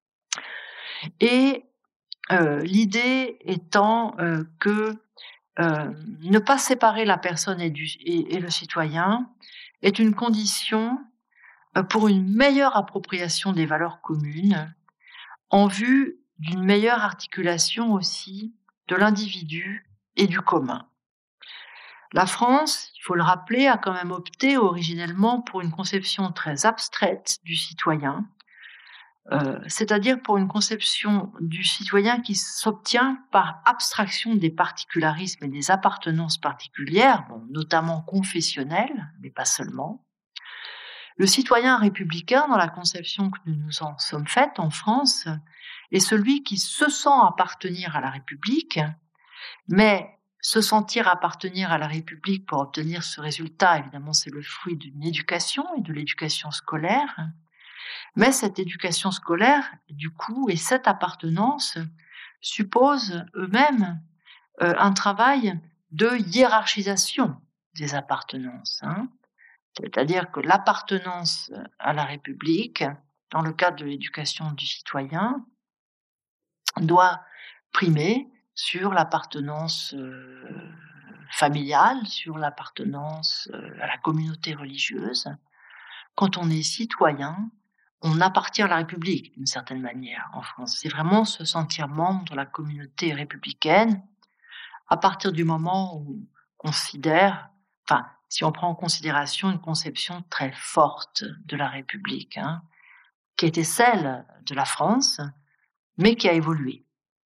Et Euh, l'idée étant euh, que euh, ne pas séparer la personne et, du, et, et le citoyen est une condition euh, pour une meilleure appropriation des valeurs communes en vue d'une meilleure articulation aussi de l'individu et du commun. La France, il faut le rappeler, a quand même opté originellement pour une conception très abstraite du citoyen, Euh, c'est-à-dire pour une conception du citoyen qui s'obtient par abstraction des particularismes et des appartenances particulières, bon, notamment confessionnelles, mais pas seulement. Le citoyen républicain, dans la conception que nous nous en sommes faite en France, est celui qui se sent appartenir à la République, mais se sentir appartenir à la République pour obtenir ce résultat, évidemment, c'est le fruit d'une éducation et de l'éducation scolaire. Mais cette éducation scolaire, du coup, et cette appartenance supposent eux-mêmes euh, un travail de hiérarchisation des appartenances. Hein. C'est-à-dire que l'appartenance à la République, dans le cadre de l'éducation du citoyen, doit primer sur l'appartenance euh, familiale, sur l'appartenance euh, à la communauté religieuse. Quand on est citoyen, on appartient à la République, d'une certaine manière, en France. C'est vraiment se sentir membre de la communauté républicaine à partir du moment où on considère, enfin, si on prend en considération une conception très forte de la République, hein, qui était celle de la France, mais qui a évolué.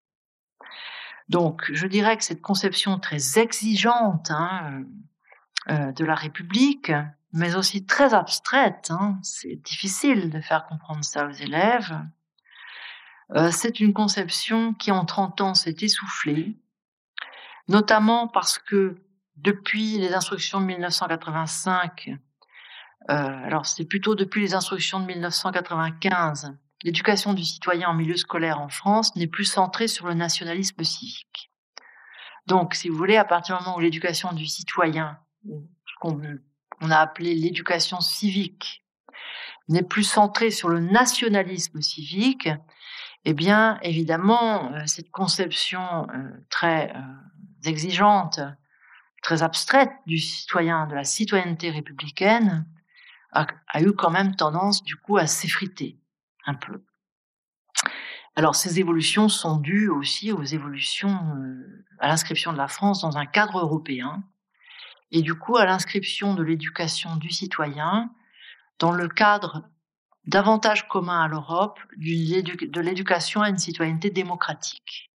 Donc, je dirais que cette conception très exigeante hein, euh, de la République, mais aussi très abstraite, hein, c'est difficile de faire comprendre ça aux élèves. Euh, c'est une conception qui en trente ans s'est essoufflée, notamment parce que depuis les instructions de mille neuf cent quatre-vingt-cinq, euh, alors c'est plutôt depuis les instructions de mille neuf cent quatre-vingt-quinze l'éducation du citoyen en milieu scolaire en France n'est plus centrée sur le nationalisme civique. Donc, si vous voulez, à partir du moment où l'éducation du citoyen, ce qu'on on a appelé l'éducation civique, n'est plus centrée sur le nationalisme civique, eh bien, évidemment, cette conception très exigeante, très abstraite du citoyen, de la citoyenneté républicaine, a, a eu quand même tendance, du coup, à s'effriter un peu. Alors, ces évolutions sont dues aussi aux évolutions, euh, à l'inscription de la France dans un cadre européen, et du coup à l'inscription de l'éducation du citoyen dans le cadre davantage commun à l'Europe de l'éducation à une citoyenneté démocratique.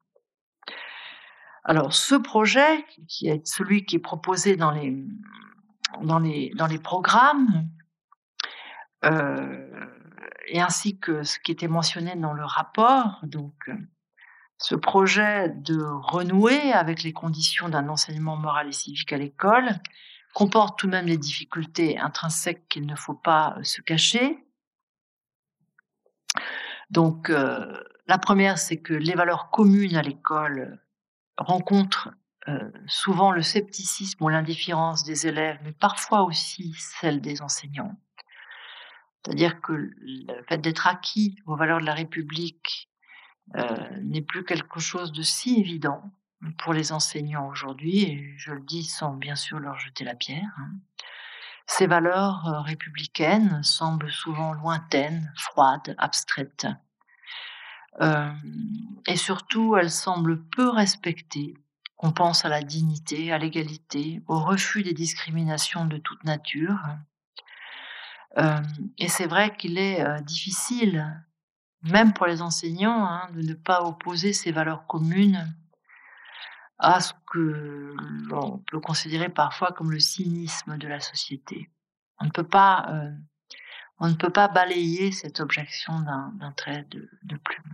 Alors, ce projet, qui est celui qui est proposé dans les, dans les, dans les programmes, euh, et ainsi que ce qui était mentionné dans le rapport, donc ce projet de renouer avec les conditions d'un enseignement moral et civique à l'école comporte tout de même des difficultés intrinsèques qu'il ne faut pas se cacher. Donc, euh, la première, c'est que les valeurs communes à l'école rencontrent euh, souvent le scepticisme ou l'indifférence des élèves, mais parfois aussi celle des enseignants. C'est-à-dire que le fait d'être acquis aux valeurs de la République euh, n'est plus quelque chose de si évident pour les enseignants aujourd'hui, et je le dis sans bien sûr leur jeter la pierre. Hein. Ces valeurs euh, républicaines semblent souvent lointaines, froides, abstraites. Euh, et surtout, elles semblent peu respectées. On pense à la dignité, à l'égalité, au refus des discriminations de toute nature. Euh, et c'est vrai qu'il est euh, difficile, même pour les enseignants, hein, de ne pas opposer ces valeurs communes à ce que l'on peut considérer parfois comme le cynisme de la société. On ne peut pas, euh, on ne peut pas balayer cette objection d'un, d'un trait de, de plume.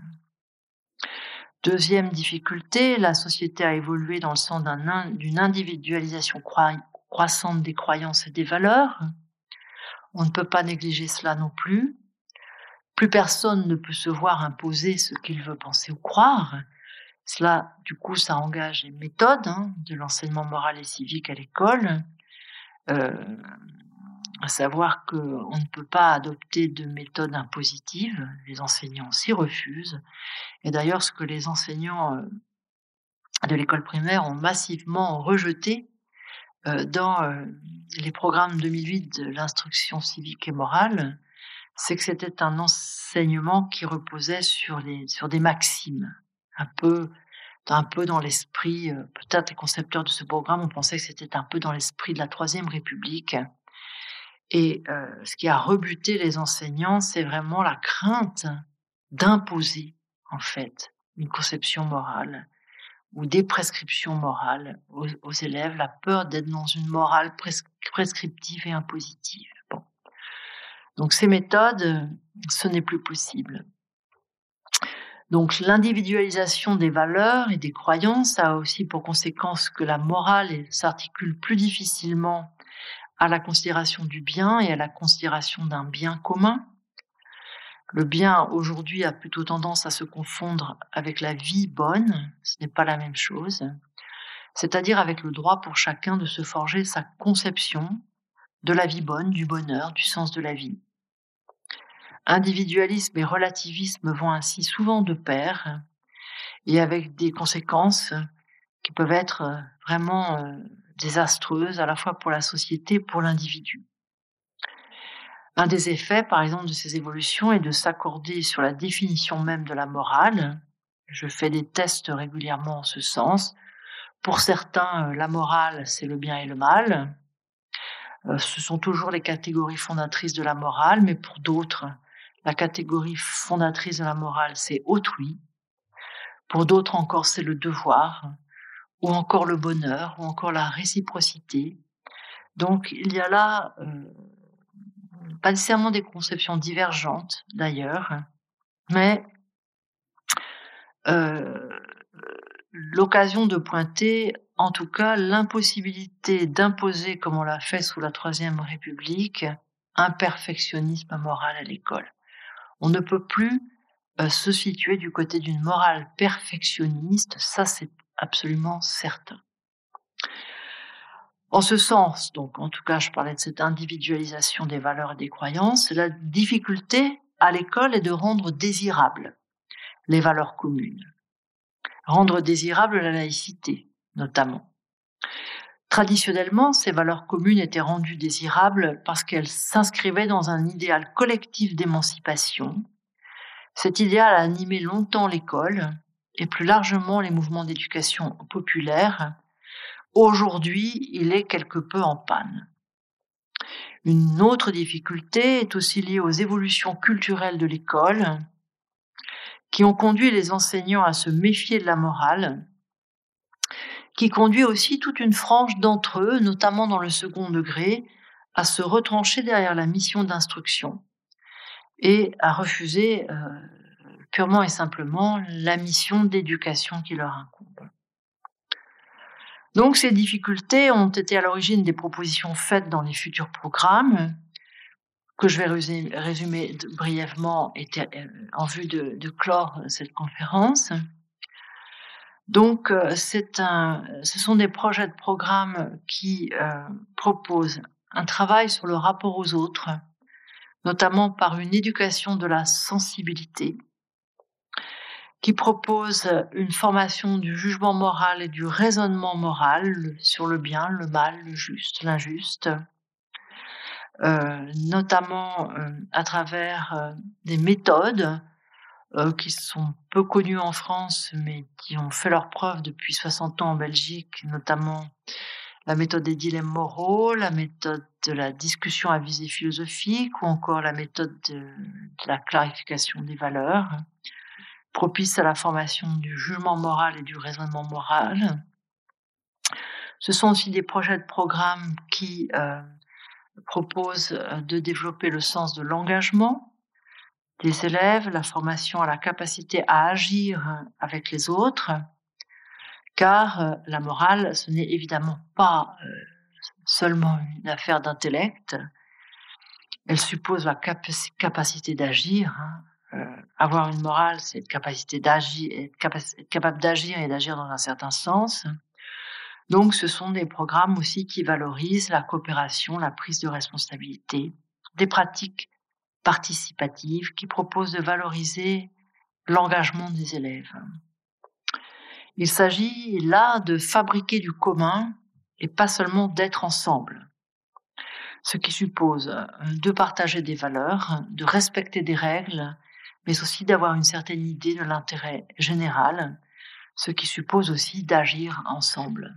Deuxième difficulté, la société a évolué dans le sens d'un, d'une individualisation croi- croissante des croyances et des valeurs. On ne peut pas négliger cela non plus. Plus personne ne peut se voir imposer ce qu'il veut penser ou croire. Cela, du coup, ça engage les méthodes hein, de l'enseignement moral et civique à l'école, euh, à savoir qu'on ne peut pas adopter de méthode impositive, les enseignants s'y refusent. Et d'ailleurs, ce que les enseignants de l'école primaire ont massivement rejeté euh, dans euh, les programmes deux mille huit de l'instruction civique et morale, c'est que c'était un enseignement qui reposait sur, les, sur des maximes, un peu, un peu dans l'esprit, euh, peut-être les concepteurs de ce programme ont pensé que c'était un peu dans l'esprit de la Troisième République. Et euh, ce qui a rebuté les enseignants, c'est vraiment la crainte d'imposer, en fait, une conception morale ou des prescriptions morales aux, aux élèves, la peur d'être dans une morale pres- prescriptive et impositive. Bon. Donc ces méthodes, ce n'est plus possible. Donc l'individualisation des valeurs et des croyances a aussi pour conséquence que la morale s'articule plus difficilement à la considération du bien et à la considération d'un bien commun. Le bien aujourd'hui a plutôt tendance à se confondre avec la vie bonne, ce n'est pas la même chose, c'est-à-dire avec le droit pour chacun de se forger sa conception de la vie bonne, du bonheur, du sens de la vie. Individualisme et relativisme vont ainsi souvent de pair et avec des conséquences qui peuvent être vraiment désastreuses à la fois pour la société et pour l'individu. Un des effets, par exemple, de ces évolutions est de s'accorder sur la définition même de la morale. Je fais des tests régulièrement en ce sens. Pour certains, la morale, c'est le bien et le mal. Ce sont toujours les catégories fondatrices de la morale, mais pour d'autres, la catégorie fondatrice de la morale, c'est autrui. Pour d'autres encore, c'est le devoir, ou encore le bonheur, ou encore la réciprocité. Donc, il y a là... Euh, pas nécessairement des conceptions divergentes d'ailleurs, mais euh, l'occasion de pointer en tout cas l'impossibilité d'imposer, comme on l'a fait sous la Troisième République, un perfectionnisme moral à l'école. On ne peut plus euh, se situer du côté d'une morale perfectionniste, ça c'est absolument certain. En ce sens, donc, en tout cas, je parlais de cette individualisation des valeurs et des croyances, la difficulté à l'école est de rendre désirables les valeurs communes, rendre désirable la laïcité, notamment. Traditionnellement, ces valeurs communes étaient rendues désirables parce qu'elles s'inscrivaient dans un idéal collectif d'émancipation. Cet idéal a animé longtemps l'école et plus largement les mouvements d'éducation populaire. Aujourd'hui, il est quelque peu en panne. Une autre difficulté est aussi liée aux évolutions culturelles de l'école qui ont conduit les enseignants à se méfier de la morale, qui conduit aussi toute une frange d'entre eux, notamment dans le second degré, à se retrancher derrière la mission d'instruction et à refuser euh, purement et simplement la mission d'éducation qui leur incombe. Donc ces difficultés ont été à l'origine des propositions faites dans les futurs programmes, que je vais résumer brièvement en vue de, de clore cette conférence. Donc, c'est un, ce sont des projets de programme qui euh, proposent un travail sur le rapport aux autres, notamment par une éducation de la sensibilité, qui propose une formation du jugement moral et du raisonnement moral sur le bien, le mal, le juste, l'injuste, euh, notamment euh, à travers euh, des méthodes euh, qui sont peu connues en France, mais qui ont fait leur preuve depuis soixante ans en Belgique, notamment la méthode des dilemmes moraux, la méthode de la discussion à visée philosophique ou encore la méthode de, de la clarification des valeurs, propice à la formation du jugement moral et du raisonnement moral. Ce sont aussi des projets de programme qui euh, proposent de développer le sens de l'engagement des élèves, la formation à la capacité à agir avec les autres, car euh, la morale, ce n'est évidemment pas euh, seulement une affaire d'intellect, elle suppose la cap- capacité d'agir. Hein. Euh, avoir une morale, c'est être, capacité d'agir, être, capac- être capable d'agir et d'agir dans un certain sens. Donc ce sont des programmes aussi qui valorisent la coopération, la prise de responsabilité, des pratiques participatives qui proposent de valoriser l'engagement des élèves. Il s'agit là de fabriquer du commun et pas seulement d'être ensemble, ce qui suppose de partager des valeurs, de respecter des règles, mais aussi d'avoir une certaine idée de l'intérêt général, ce qui suppose aussi d'agir ensemble.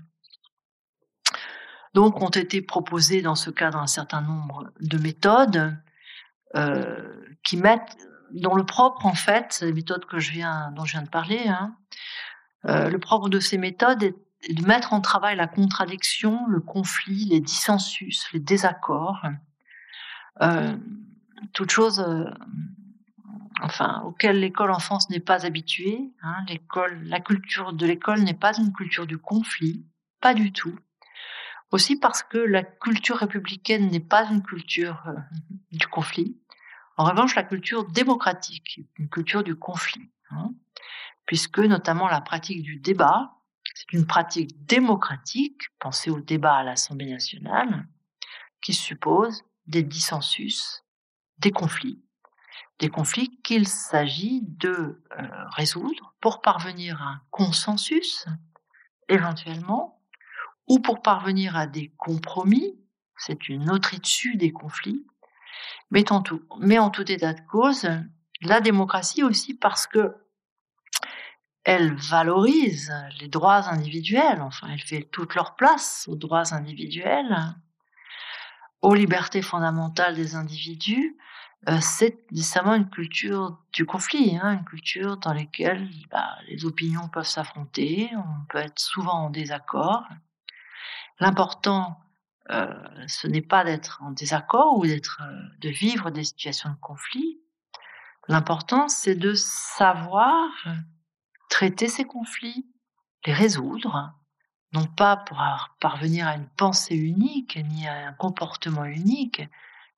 Donc ont été proposées dans ce cadre un certain nombre de méthodes euh, qui mettent, dont le propre en fait, les méthodes que je viens, dont je viens de parler, hein, euh, le propre de ces méthodes est de mettre en travail la contradiction, le conflit, les dissensus, les désaccords, euh, toutes choses euh, enfin, auxquelles l'école en France n'est pas habituée. Hein, l'école, la culture de l'école n'est pas une culture du conflit, pas du tout. Aussi parce que la culture républicaine n'est pas une culture euh, du conflit. En revanche, la culture démocratique est une culture du conflit, hein, puisque notamment la pratique du débat, c'est une pratique démocratique, pensez au débat à l'Assemblée nationale, qui suppose des dissensus, des conflits, des conflits qu'il s'agit de euh, résoudre pour parvenir à un consensus, éventuellement, ou pour parvenir à des compromis, c'est une autre issue des conflits, mais en tout, mais en tout état de cause, la démocratie aussi parce que elle valorise les droits individuels, enfin, elle fait toute leur place aux droits individuels, aux libertés fondamentales des individus. Euh, c'est nécessairement une culture du conflit, hein, une culture dans laquelle bah, les opinions peuvent s'affronter, on peut être souvent en désaccord. L'important, euh, ce n'est pas d'être en désaccord ou d'être, euh, de vivre des situations de conflit. L'important, c'est de savoir traiter ces conflits, les résoudre, non pas pour parvenir à une pensée unique, ni à un comportement unique,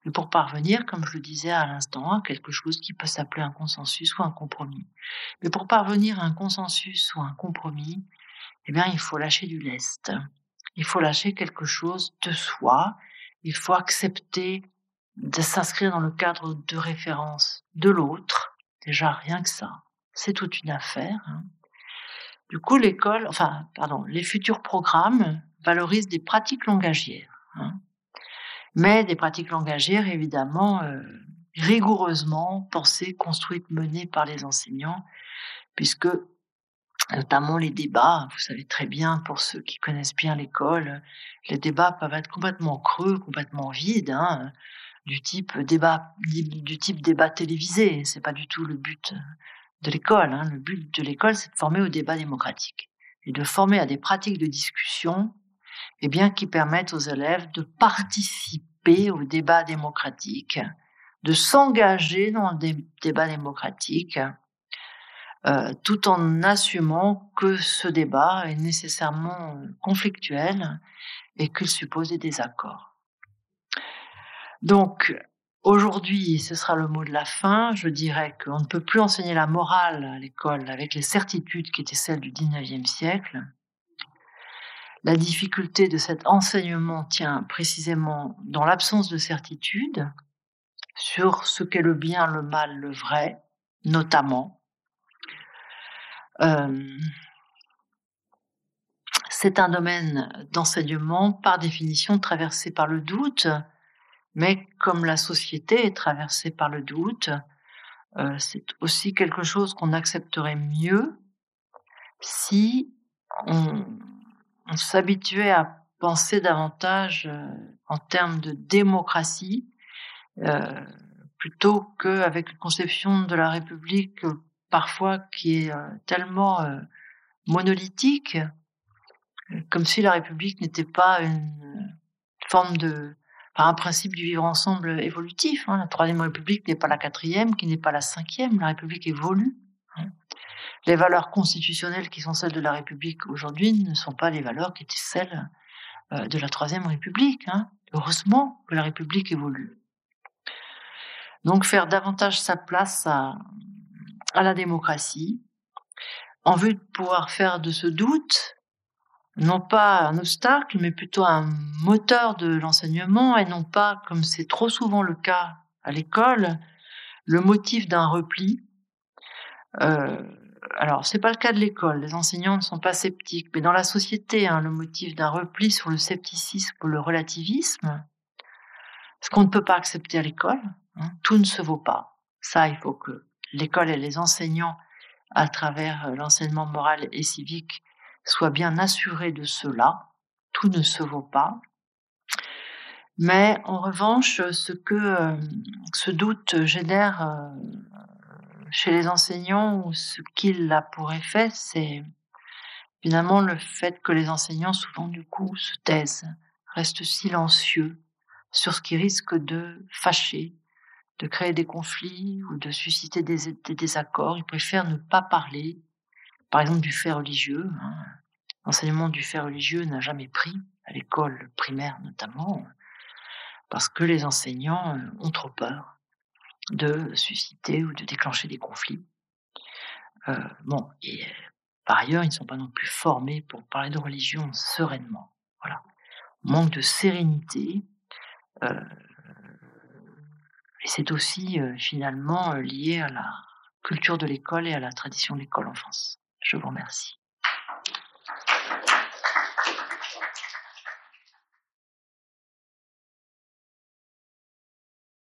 mais pour parvenir, comme je le disais à l'instant, à quelque chose qui peut s'appeler un consensus ou un compromis. Mais pour parvenir à un consensus ou un compromis, eh bien, il faut lâcher du lest. Il faut lâcher quelque chose de soi. Il faut accepter de s'inscrire dans le cadre de référence de l'autre. Déjà, rien que ça, c'est toute une affaire. Hein. Du coup, l'école, enfin, pardon, les futurs programmes valorisent des pratiques langagières. Hein. Mais des pratiques langagières, évidemment, euh, rigoureusement pensées, construites, menées par les enseignants, puisque notamment les débats, vous savez très bien, pour ceux qui connaissent bien l'école, les débats peuvent être complètement creux, complètement vides, hein, du type débat, du type débat télévisé. C'est pas du tout le but de l'école. Hein. Le but de l'école, c'est de former au débat démocratique et de former à des pratiques de discussion, eh bien, qui permettent aux élèves de participer au débat démocratique, de s'engager dans le dé- débat démocratique, euh, tout en assumant que ce débat est nécessairement conflictuel et qu'il suppose des désaccords. Donc, aujourd'hui, ce sera le mot de la fin, je dirais qu'on ne peut plus enseigner la morale à l'école avec les certitudes qui étaient celles du dix-neuvième siècle. La difficulté de cet enseignement tient précisément dans l'absence de certitude sur ce qu'est le bien, le mal, le vrai, notamment. Euh, c'est un domaine d'enseignement par définition traversé par le doute, mais comme la société est traversée par le doute, euh, c'est aussi quelque chose qu'on accepterait mieux si on, on s'habituait à penser davantage euh, en termes de démocratie, euh, plutôt qu'avec une conception de la République euh, parfois qui est euh, tellement euh, monolithique, comme si la République n'était pas une forme de, enfin, un principe du vivre ensemble évolutif. Hein. La troisième République n'est pas la quatrième, qui n'est pas la cinquième. La République évolue. Hein. Les valeurs constitutionnelles qui sont celles de la République aujourd'hui ne sont pas les valeurs qui étaient celles euh, de la troisième République. Hein. Heureusement que la République évolue. Donc faire davantage sa place à, à la démocratie, en vue de pouvoir faire de ce doute non pas un obstacle, mais plutôt un moteur de l'enseignement, et non pas, comme c'est trop souvent le cas à l'école, le motif d'un repli. Euh, alors, c'est pas le cas de l'école, les enseignants ne sont pas sceptiques, mais dans la société, hein, le motif d'un repli sur le scepticisme ou le relativisme, ce qu'on ne peut pas accepter à l'école, hein, tout ne se vaut pas. Ça, il faut que l'école et les enseignants, à travers l'enseignement moral et civique, soient bien assurés de cela. Tout ne se vaut pas. Mais en revanche, ce que euh, ce doute génère euh, chez les enseignants, ou ce qu'il a pour effet, c'est finalement le fait que les enseignants, souvent du coup, se taisent, restent silencieux sur ce qui risque de fâcher, de créer des conflits ou de susciter des, des désaccords. Ils préfèrent ne pas parler, par exemple du fait religieux. Hein. L'enseignement du fait religieux n'a jamais pris, à l'école primaire notamment, parce que les enseignants ont trop peur de susciter ou de déclencher des conflits. Euh, bon, et par ailleurs, ils ne sont pas non plus formés pour parler de religion sereinement. Voilà. Manque de sérénité. Euh, et c'est aussi euh, finalement lié à la culture de l'école et à la tradition de l'école en France. Je vous remercie.